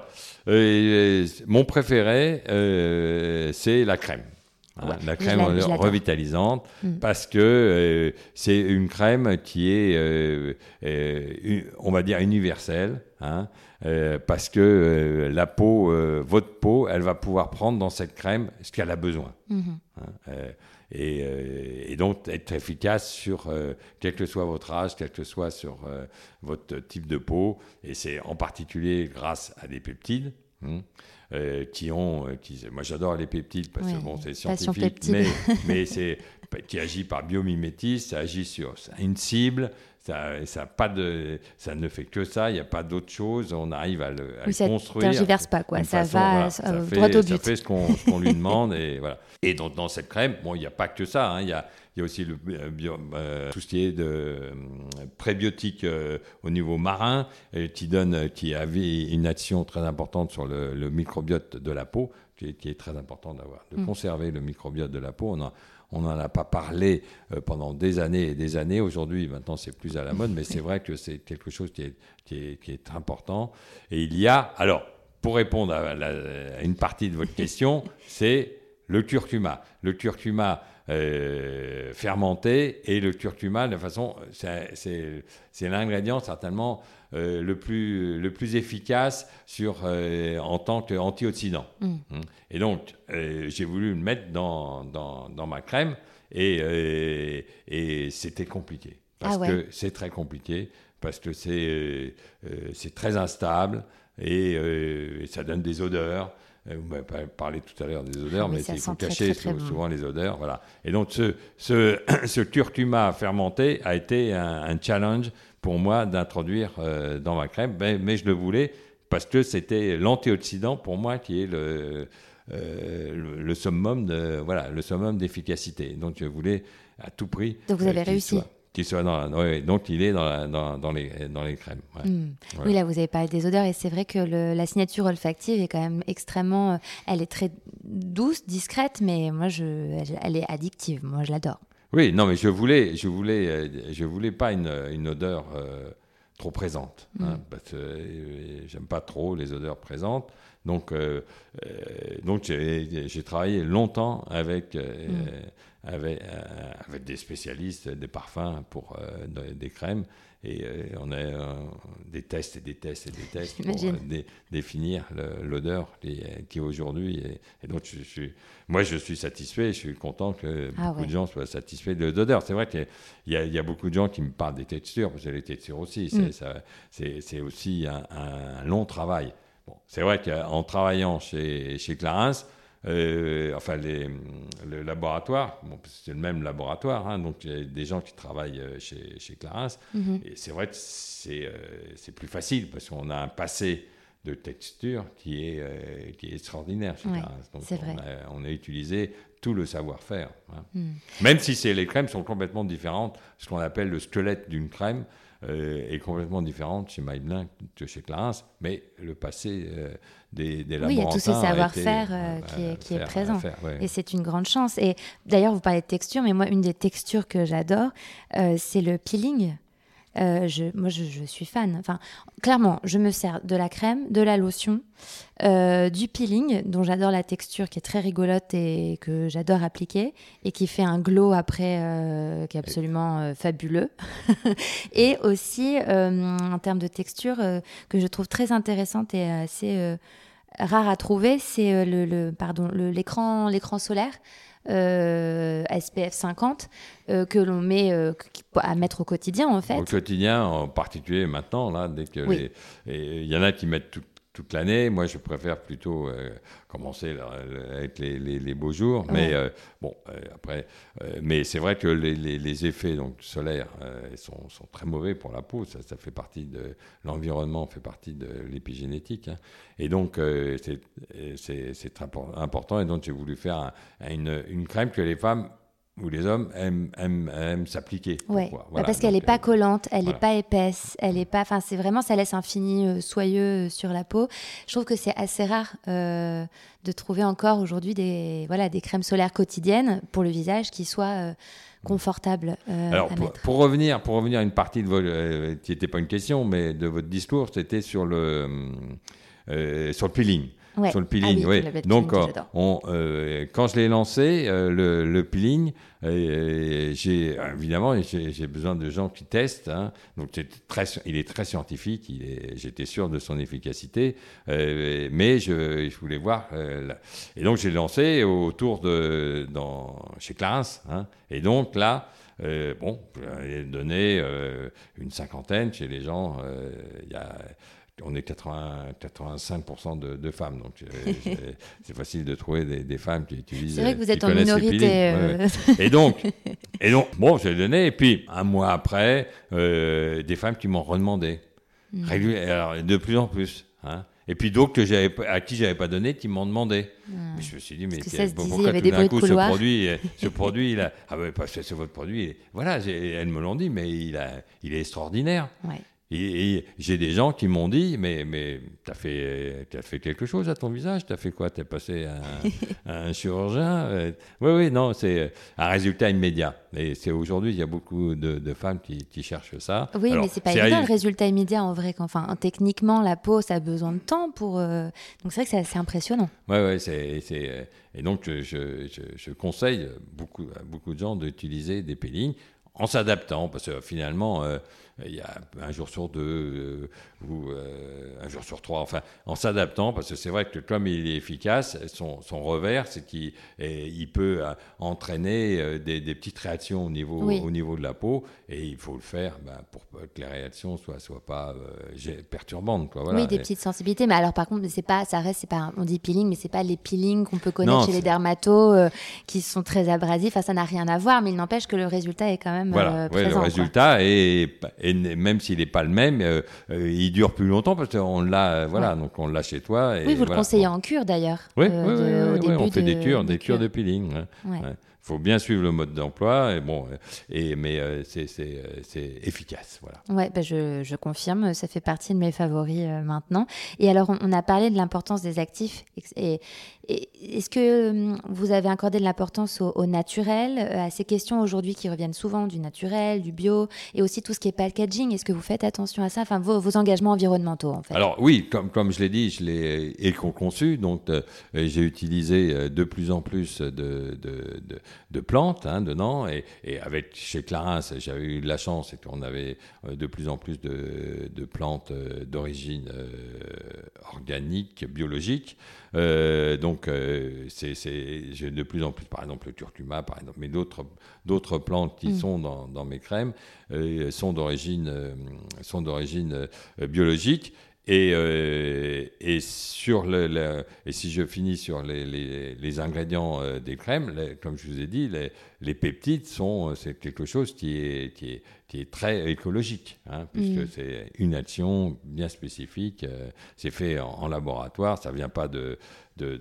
euh, mon préféré, euh, c'est la crème. Hein, ouais, la crème re- revitalisante, mmh. parce que euh, c'est une crème qui est, euh, euh, une, on va dire, universelle, hein, euh, parce que euh, la peau, euh, votre peau, elle va pouvoir prendre dans cette crème ce qu'elle a besoin. Mmh. Hein, euh, Et, euh, et donc être efficace sur euh, quel que soit votre âge, quel que soit sur euh, votre type de peau, et c'est en particulier grâce à des peptides hein, euh, qui ont, qui, moi j'adore les peptides parce ouais, que bon c'est scientifique, mais mais c'est qui agit par biomimétisme, ça agit sur une cible. Ça, ça, a pas de, ça ne fait que ça, il n'y a pas d'autre chose, on arrive à le, à
oui,
le construire.
Ça ne tergiverse pas, quoi. Ça
façon,
va
voilà,
euh,
ça
euh,
fait,
droit au but.
Ça fait ce qu'on, ce qu'on lui demande. Et, voilà. Et donc, dans cette crème, bon, il n'y a pas que ça, hein, il y a, il y a aussi le, bio, euh, tout ce qui est de euh, prébiotique euh, au niveau marin, euh, qui, donne, qui avait une action très importante sur le, le microbiote de la peau, qui est, qui est très important d'avoir, de mm. conserver le microbiote de la peau. On a, On n'en a pas parlé euh, pendant des années et des années. Aujourd'hui, maintenant, c'est plus à la mode, mais c'est vrai que c'est quelque chose qui est, qui est, qui est important. Et il y a... Alors, pour répondre à, la, à une partie de votre question, c'est le curcuma. Le curcuma euh, fermenté et le curcuma, de façon... C'est, c'est, c'est l'ingrédient, certainement, euh, le, plus, le plus efficace sur, euh, en tant qu'antioxydant. Mm. Et donc, euh, j'ai voulu le mettre dans, dans, dans ma crème et, euh, et c'était compliqué. Parce ah ouais. que c'est très compliqué, parce que c'est, euh, c'est très instable et, euh, et ça donne des odeurs. Vous m'avez parlé tout à l'heure des odeurs, ah oui, mais il faut cacher très, très, très souvent bon. les odeurs. Voilà. Et donc, ce, ce, ce curcuma fermenté a été un, un challenge pour moi d'introduire euh, dans ma crème, mais, mais je le voulais parce que c'était l'antioxydant pour moi qui est le... Euh, le, le summum de voilà le summum d'efficacité. Donc je voulais à tout prix.
Donc vous avez
euh, qu'il
réussi.
Soit, qu'il soit dans la, ouais, donc il est dans, la, dans, dans les dans les crèmes. Ouais.
Mmh.
Voilà.
Oui, là vous avez parlé des odeurs et c'est vrai que le, la signature olfactive est quand même extrêmement. Elle est très douce, discrète, mais moi je, elle, elle est addictive. Moi je l'adore.
Oui, non, mais je voulais je voulais je voulais pas une une odeur euh, trop présente, mmh. hein, parce que euh, j'aime pas trop les odeurs présentes. Donc, euh, euh, donc j'ai, j'ai travaillé longtemps avec, euh, mmh. avec, euh, avec des spécialistes des parfums pour euh, des crèmes. Et euh, on a euh, des tests et des tests et des tests J'imagine. pour euh, dé, définir le, l'odeur qui, qui est aujourd'hui. Et, et donc, je, je, moi, je suis satisfait. Je suis content que ah beaucoup ouais. de gens soient satisfaits de l'odeur. C'est vrai qu'il y a, il y a beaucoup de gens qui me parlent des textures, parce que les textures aussi, c'est, mmh. ça, c'est, c'est aussi un, un long travail. Bon, c'est vrai qu'en travaillant chez, chez Clarins, euh, enfin les, le laboratoire, bon, c'est le même laboratoire, hein, donc il y a des gens qui travaillent chez, chez Clarins, mm-hmm. et c'est vrai que c'est, euh, c'est plus facile parce qu'on a un passé de texture qui est, euh, qui est extraordinaire chez ouais, Clarins. Donc
c'est
on,
vrai.
A, on a utilisé tout le savoir-faire. Hein. Mm. Même si c'est, les crèmes sont complètement différentes, ce qu'on appelle le squelette d'une crème, Euh, est complètement différente chez Maybelline que chez Clarins, mais le passé euh, des, des laborantins...
Oui, il y a tout ce savoir-faire
été,
euh, qui, est, qui
faire,
est présent.
Faire, ouais.
Et c'est une grande chance. Et d'ailleurs, vous parlez de texture, mais moi, une des textures que j'adore, euh, c'est le peeling. Euh, je, moi, je, je suis fan. Enfin, clairement, je me sers de la crème, de la lotion, euh, du peeling, dont j'adore la texture, qui est très rigolote et que j'adore appliquer, et qui fait un glow après euh, qui est absolument euh, fabuleux. Et aussi, euh, en termes de texture, euh, que je trouve très intéressante et assez euh, rare à trouver, c'est euh, le, le, pardon, le, l'écran, l'écran solaire. Euh, S P F cinquante euh, que l'on met euh, à mettre au quotidien en fait.
Au quotidien, en particulier maintenant, là, dès que oui. il y en a qui mettent tout, toute l'année. Moi, je préfère plutôt euh, commencer là, avec les, les, les beaux jours. Mais ouais. euh, bon, euh, après, euh, mais c'est vrai que les, les, les effets donc solaires euh, sont, sont très mauvais pour la peau. Ça, ça fait partie de l'environnement, fait partie de l'épigénétique. Hein. Et donc, euh, c'est, c'est, c'est très important. Et donc, j'ai voulu faire un, une, une crème que les femmes où les hommes aiment, aiment, aiment s'appliquer.
Ouais. Voilà. Bah parce qu'elle n'est pas collante, elle n'est voilà. pas épaisse, elle est pas. Enfin, c'est vraiment, ça laisse un fini euh, soyeux sur la peau. Je trouve que c'est assez rare euh, de trouver encore aujourd'hui des, voilà, des crèmes solaires quotidiennes pour le visage qui soient euh, confortables euh,
Alors,
à
pour,
mettre.
Pour revenir, pour revenir à une partie de votre, euh, qui n'était pas une question, mais de votre discours, c'était sur le euh, sur le peeling.
Ouais.
Sur le peeling, ah oui. oui. Donc, peeling, on, euh, quand je l'ai lancé, euh, le, le peeling, euh, j'ai, évidemment, j'ai, j'ai besoin de gens qui testent. Hein. Donc, c'est très, il est très scientifique. Il est, j'étais sûr de son efficacité, euh, mais je, je voulais voir. Euh, la... Et donc, j'ai lancé autour de, dans, chez Clarins. Hein. Et donc là. Euh, bon, j'ai donné euh, une cinquantaine chez les gens. Il euh, y a on est quatre-vingts, quatre-vingt-cinq pour cent de, de femmes, donc euh, c'est facile de trouver des, des femmes qui utilisent.
C'est vrai que vous êtes en minorité. Euh...
Ouais, ouais. Et donc, et donc, bon, j'ai donné. Et puis un mois après, euh, des femmes qui m'ont redemandé, mmh. Régul- alors, de plus en plus. Hein. Et puis d'autres que j'avais, à qui j'avais pas donné, qui m'ont demandé. Mmh. Mais je me suis dit, mais pourquoi tout d'un coup ce produit, ce produit, il a, ah ouais, parce que c'est votre produit. Voilà, elles me l'ont dit, mais il a, il est extraordinaire. Ouais. Et, et j'ai des gens qui m'ont dit, mais, mais tu as fait, t'as fait quelque chose à ton visage, tu as fait quoi? Tu es passé à un, à un chirurgien? euh, Oui, oui, non, c'est un résultat immédiat. Et c'est aujourd'hui, il y a beaucoup de, de femmes qui, qui cherchent ça.
Oui, alors, mais c'est pas c'est évident,
à...
le résultat immédiat, en vrai. Enfin, techniquement, la peau, ça a besoin de temps pour... Euh... Donc c'est vrai que c'est assez impressionnant.
Oui, oui, c'est, c'est... Et donc je, je, je, je conseille beaucoup, à beaucoup de gens d'utiliser des peelings en s'adaptant, parce que finalement... Euh, il y a un jour sur deux euh, ou euh, un jour sur trois, enfin, en s'adaptant, parce que c'est vrai que comme il est efficace, son, son revers, c'est qu'il il peut euh, entraîner euh, des, des petites réactions au niveau, oui. au niveau de la peau, et il faut le faire ben, pour que les réactions soient, soient pas euh, perturbantes. Quoi, voilà.
Oui, des
et...
petites sensibilités, mais alors par contre, c'est pas, ça reste, c'est pas, on dit peeling, mais c'est pas les peelings qu'on peut connaître
non,
chez
c'est...
les dermatos euh, qui sont très abrasifs, enfin, ça n'a rien à voir, mais il n'empêche que le résultat est quand même
voilà.
euh, présent.
Oui, le résultat est... Et même s'il n'est pas le même, euh, euh, il dure plus longtemps parce qu'on l'a, euh, voilà, ouais. donc on l'a chez toi. Et
oui, vous
voilà.
le conseillez en cure d'ailleurs.
Oui,
euh,
oui,
de,
oui,
au
oui,
début
oui on fait
de,
des cures,
de
des cures
cure.
de peeling. Hein. Ouais. Ouais. Faut bien suivre le mode d'emploi, et bon, et, mais euh, c'est, c'est, c'est efficace. Voilà.
Ouais, bah je, je confirme, ça fait partie de mes favoris euh, maintenant. Et alors, on, on a parlé de l'importance des actifs. Et, et est-ce que euh, vous avez accordé de l'importance au, au naturel, euh, à ces questions aujourd'hui qui reviennent souvent, du naturel, du bio, et aussi tout ce qui est packaging? Est-ce que vous faites attention à ça, enfin vos, vos engagements environnementaux en fait?
Alors oui, comme, comme je l'ai dit, je l'ai éco-conçu, donc euh, j'ai utilisé de plus en plus de, de, de, de plantes hein, dedans, et, et avec chez Clarins, j'avais eu de la chance, et qu'on avait de plus en plus de, de plantes d'origine euh, organique, biologique. Euh, donc, euh, c'est, c'est, j'ai de plus en plus, par exemple, le curcuma, par exemple, mais d'autres, d'autres plantes qui mmh. sont dans, dans mes crèmes euh, sont d'origine, euh, sont d'origine euh, biologique. Et, euh, et, sur le, le, et si je finis sur les, les, les ingrédients euh, des crèmes, les, comme je vous ai dit, les, les peptides sont c'est quelque chose qui est, qui est, qui est très écologique, hein, puisque mmh. c'est une action bien spécifique. Euh, c'est fait en, en laboratoire, ça ne vient pas de, de, de,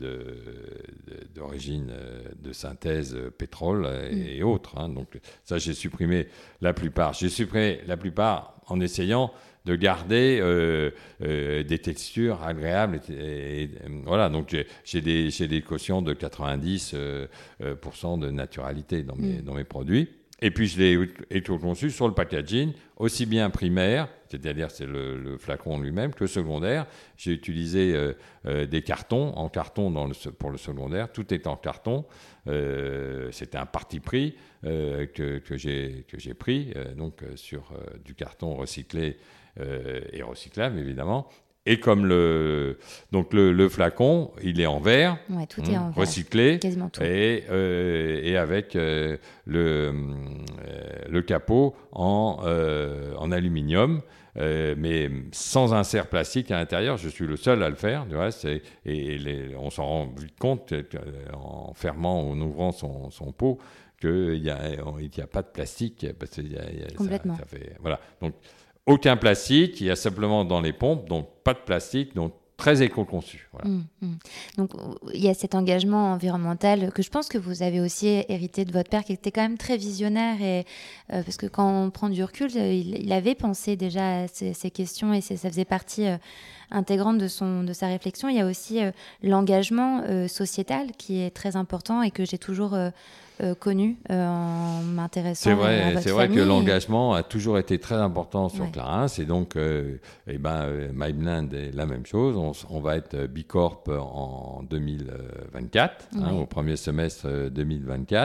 de, d'origine de synthèse pétrole et, mmh. et autres. Hein, donc ça, j'ai supprimé la plupart. J'ai supprimé la plupart en essayant de garder euh, euh, des textures agréables. Et, et, et, voilà, donc j'ai, j'ai, des, j'ai des quotients de quatre-vingt-dix pour cent de naturalité dans mes, mmh. dans mes produits. Et puis je l'ai éco-conçu sur le packaging, aussi bien primaire, c'est-à-dire c'est le, le flacon lui-même, que secondaire. J'ai utilisé euh, euh, des cartons, en carton dans le, pour le secondaire, tout est en carton. Euh, c'était un parti pris euh, que, que, j'ai, que j'ai pris, euh, donc euh, sur euh, du carton recyclé euh, et recyclable évidemment. Et comme le, donc le, le flacon, il est en verre,
ouais, tout est en verre,
recyclé,
quasiment tout.
Et, euh, et avec euh, le, euh, le capot en, euh, en aluminium, euh, mais sans insert plastique à l'intérieur. Je suis le seul à le faire, du reste, et, et les, on s'en rend vite compte en fermant, en ouvrant son, son pot, qu'il n'y a, il y a pas de plastique. Parce qu'il y a, il y a,
Complètement.
Ça, ça fait, voilà. Donc, aucun plastique, il y a simplement dans les pompes, donc pas de plastique, donc très éco-conçu. Voilà.
Mmh, mmh. Donc il y a cet engagement environnemental que je pense que vous avez aussi hérité de votre père, qui était quand même très visionnaire, et, euh, parce que quand on prend du recul, il, il avait pensé déjà à ces, ces questions, et ça faisait partie euh, intégrante de, son, de sa réflexion. Il y a aussi euh, l'engagement euh, sociétal qui est très important et que j'ai toujours... Euh, Euh, connu euh, en m'intéressant
c'est vrai,
à votre
c'est vrai
famille.
que l'engagement a toujours été très important sur
ouais.
Clarins, et donc euh, eh ben, euh, MyBlend est la même chose. On, on va être B Corp en deux mille vingt-quatre, ouais. hein, au premier semestre deux mille vingt-quatre.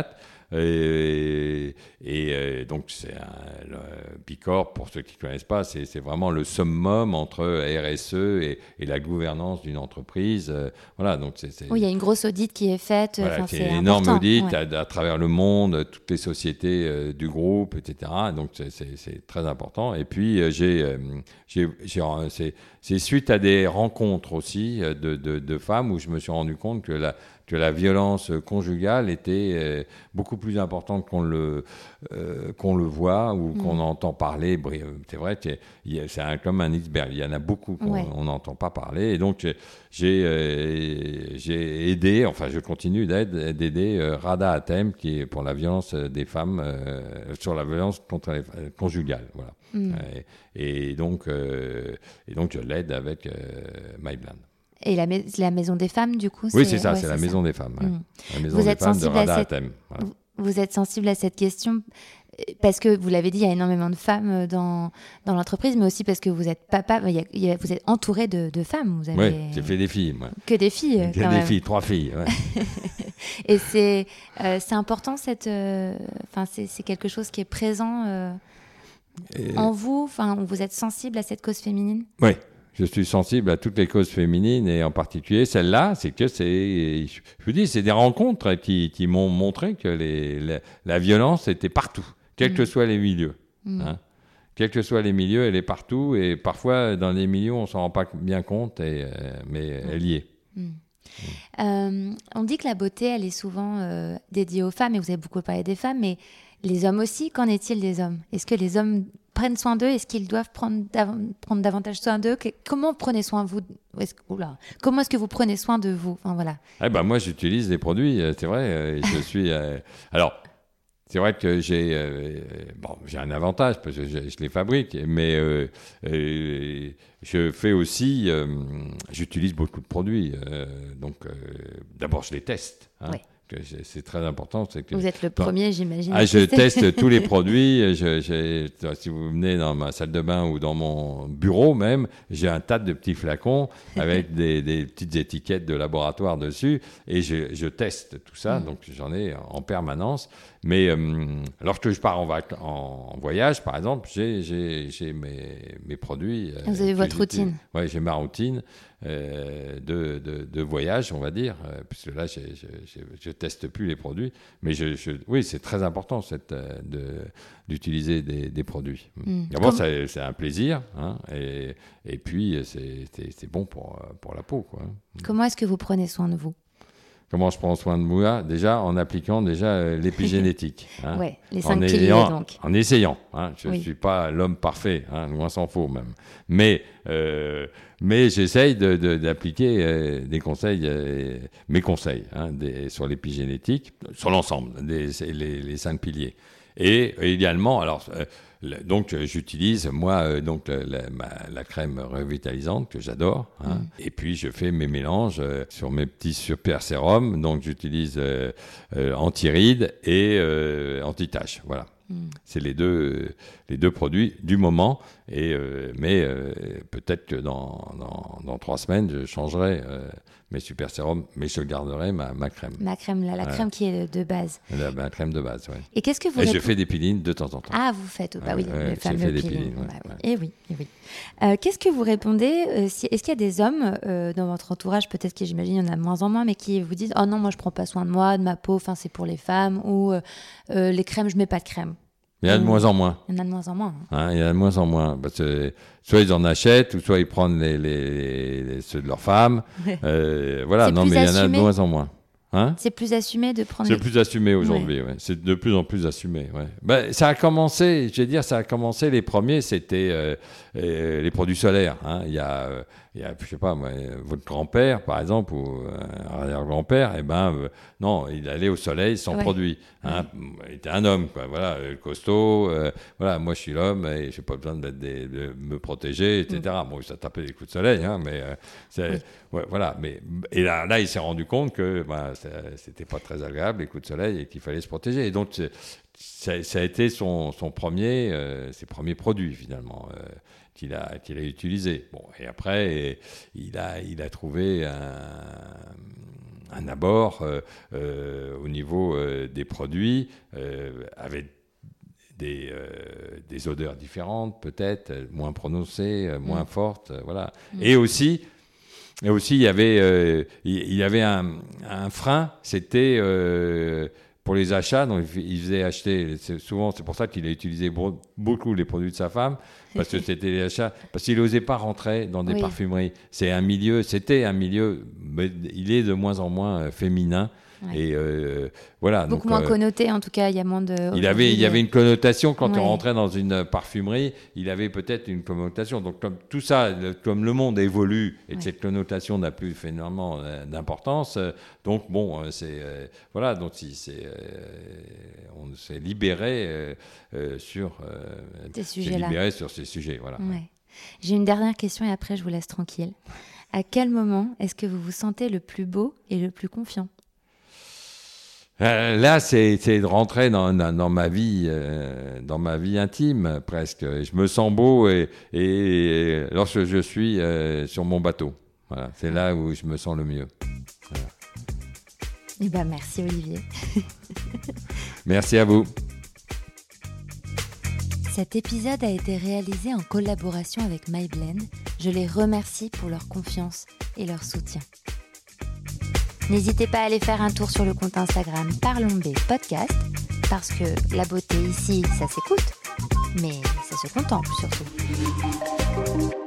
Et, et, et donc, c'est un, le Bicorp, pour ceux qui ne connaissent pas, c'est, c'est vraiment le summum entre R S E et, et la gouvernance d'une entreprise. Euh, voilà, donc c'est, c'est,
oui, il y a une grosse audit qui est faite.
Voilà,
c'est
c'est une énorme audit
ouais.
à, à travers le monde, toutes les sociétés euh, du groupe, et cetera. Donc, c'est, c'est, c'est très important. Et puis, euh, j'ai, euh, j'ai, j'ai, c'est, c'est suite à des rencontres aussi de, de, de femmes où je me suis rendu compte que la, que la violence conjugale était euh, beaucoup plus importante qu'on le, euh, qu'on le voit ou mmh. qu'on entend parler. C'est vrai, c'est un, comme un iceberg. Il y en a beaucoup qu'on n'entend ouais. pas parler. Et donc, j'ai, euh, j'ai aidé, enfin, je continue d'aide, d'aider euh, Radha Atem, qui est pour la violence des femmes, euh, sur la violence contre les, euh, conjugale. Voilà. Mmh. Et, et, donc, euh, et donc, je l'aide avec euh, MyBlan.
Et la, mais- la maison des femmes, du coup,
oui, c'est ça,
ouais,
c'est,
c'est
la
ça.
maison des femmes. Ouais.
Mmh.
La maison
vous
des
êtes
femmes de
sensible à
Radha
cette...
Atem. Voilà.
Vous, vous êtes sensible à cette question parce que, vous l'avez dit, il y a énormément de femmes dans, dans l'entreprise, mais aussi parce que vous êtes papa, il y a, il y a, vous êtes entouré de, de femmes. Vous avez...
Oui, j'ai fait des filles, moi.
Que des filles,
Que
quand
des
même.
filles, trois filles, ouais.
Et c'est, euh, c'est important, cette, euh, c'est, c'est quelque chose qui est présent euh, Et... en vous, vous êtes sensible à cette cause féminine ?
Oui. Je suis sensible à toutes les causes féminines et en particulier celle-là, c'est que c'est, je vous dis, c'est des rencontres qui, qui m'ont montré que les, la, la violence était partout, quels mmh. que soient les milieux. Mmh. Hein. Quels que soient les milieux, elle est partout et parfois dans les milieux on s'en rend pas bien compte, et, euh, mais mmh. elle y est.
Mmh. Mmh. Euh, on dit que la beauté, elle est souvent euh, dédiée aux femmes et vous avez beaucoup parlé des femmes, mais les hommes aussi, qu'en est-il des hommes ? Est-ce que les hommes prennent soin d'eux ? Est-ce qu'ils doivent prendre, dav- prendre davantage soin d'eux ? Comment prenez soin vous est-ce que, oula, Comment est-ce que vous prenez soin de vous ? Enfin, voilà.
Eh ben, moi, j'utilise des produits, c'est vrai. Je suis, euh, alors, c'est vrai que j'ai, euh, bon, j'ai un avantage parce que je, je les fabrique, mais euh, euh, je fais aussi, euh, j'utilise beaucoup de produits. Euh, donc, euh, d'abord, je les teste. Hein. Ouais. C'est très important. C'est que
vous êtes le premier, j'imagine.
Ah, je teste tous les produits. Je, j'ai, si vous venez dans ma salle de bain ou dans mon bureau même, j'ai un tas de petits flacons avec des, des petites étiquettes de laboratoire dessus et je, je teste tout ça. Mmh. Donc j'en ai en permanence. Mais euh, lorsque je pars en, vac- en, en voyage, par exemple, j'ai, j'ai, j'ai mes, mes produits.
Euh, vous avez votre routine.
Oui, j'ai ma routine. Euh, de, de, de voyage, on va dire, euh, puisque là, je ne teste plus les produits, mais je, je, oui, c'est très important cette, euh, de, d'utiliser des, des produits. Mmh. D'abord, Comme... c'est, c'est un plaisir, hein, et, et puis c'est, c'est, c'est bon pour, pour la peau, quoi.
Comment est-ce que vous prenez soin de vous ?
Comment je prends soin de moi ? Déjà, en appliquant déjà euh, l'épigénétique. Hein,
oui, les cinq
en
piliers,
ayant,
donc.
En essayant. Hein, je ne
oui.
suis pas l'homme parfait, hein, loin s'en faut même. Mais, euh, mais j'essaye de, de, d'appliquer euh, des conseils, euh, mes conseils hein, des, sur l'épigénétique, sur l'ensemble, des, les, les cinq piliers. Et également, alors... Euh, donc j'utilise moi euh, donc la, la, ma, la crème revitalisante que j'adore hein, mmh. et puis je fais mes mélanges euh, sur mes petits super sérums, donc j'utilise euh, euh, anti-rides et euh, anti-taches, voilà. Mmh. C'est les deux, les deux produits du moment, et, euh, mais euh, peut-être que dans, dans, dans trois semaines, je changerai euh, mes super sérums, mais je garderai ma, ma crème.
Ma crème, la, la ouais. crème qui est de base.
La, ma crème de base, oui.
Et qu'est-ce que vous...
Et
rép...
je fais des pilines de temps en temps.
Ah, vous faites, bah oui,
ouais,
les fameux
j'ai fait des
pilines.
pilines ouais,
bah, oui.
Ouais.
Et oui, et oui. Euh, qu'est-ce que vous répondez euh, si, est-ce qu'il y a des hommes euh, dans votre entourage, peut-être que j'imagine il y en a de moins en moins, mais qui vous disent « Oh non, moi je prends pas soin de moi, de ma peau, enfin c'est pour les femmes » ou euh, euh, « Les crèmes, je mets pas de crème ».
Il y en a de moins en moins.
Il y en a de moins en moins. Hein.
Hein, il y en a de moins en moins. Parce que soit ils en achètent, ou soit ils prennent les, les, les, ceux de leurs femmes. Euh, voilà,
c'est
non, mais il y en a de moins en moins. Hein
c'est plus assumé de prendre...
C'est
les...
plus assumé aujourd'hui, ouais. Ouais. C'est de plus en plus assumé, ouais. Ben, ça a commencé, je vais dire, ça a commencé, les premiers, c'était euh, euh, les produits solaires. Hein. Il y a, euh, il y a, je sais pas, moi, votre grand-père, par exemple, ou euh, arrière-grand-père, eh ben, euh, non, il allait au soleil sans ouais. produit. Hein. Ouais. Il était un homme, quoi. Voilà, costaud. Euh, voilà, moi, je suis l'homme et j'ai pas besoin de, des, de me protéger, et cetera. Mm. Bon, ça tapait des coups de soleil, hein, mais euh, c'est, oui. ouais, voilà. Mais et là, là, il s'est rendu compte que ben, c'était pas très agréable les coups de soleil et qu'il fallait se protéger. Et donc, ça, ça a été son, son premier, euh, ses premiers produits finalement. Euh, qu'il a, qu'il a utilisé. Bon, et après, il a, il a trouvé un, un abord euh, euh, au niveau euh, des produits, euh, avec des, euh, des odeurs différentes, peut-être, moins prononcées, moins mmh. fortes, voilà. Mmh. Et aussi, et aussi, il y avait, euh, il y avait un, un frein, c'était euh, pour les achats, donc il faisait acheter, c'est, souvent c'est pour ça qu'il a utilisé beaucoup les produits de sa femme, parce que c'était les achats, parce qu'il n'osait pas rentrer dans des oui. parfumeries. C'est un milieu, c'était un milieu, mais il est de moins en moins féminin. Ouais. Et euh, voilà.
Beaucoup
donc,
moins
euh,
connoté, en tout cas, il y a moins de.
Il avait, il y avait une connotation quand ouais. on rentrait dans une parfumerie. Il avait peut-être une connotation. Donc comme tout ça, le, comme le monde évolue et que ouais. cette connotation n'a plus finalement d'importance, donc bon, c'est euh, voilà, donc c'est, euh, on s'est libéré euh, euh, sur euh,
ces sujets-là.
Libéré sur ces sujets, voilà.
Ouais. J'ai une dernière question et après je vous laisse tranquille. À quel moment est-ce que vous vous sentez le plus beau et le plus confiant ?
Euh, là, c'est, c'est de rentrer dans, dans, dans ma vie, euh, dans ma vie intime presque. Je me sens beau et, et lorsque je suis euh, sur mon bateau, voilà, c'est là où je me sens le mieux. Voilà.
Eh ben, merci Olivier.
Merci à vous.
Cet épisode a été réalisé en collaboration avec MyBlend. Je les remercie pour leur confiance et leur soutien. N'hésitez pas à aller faire un tour sur le compte Instagram Parlons B Podcast, parce que la beauté ici, ça s'écoute, mais ça se contemple surtout.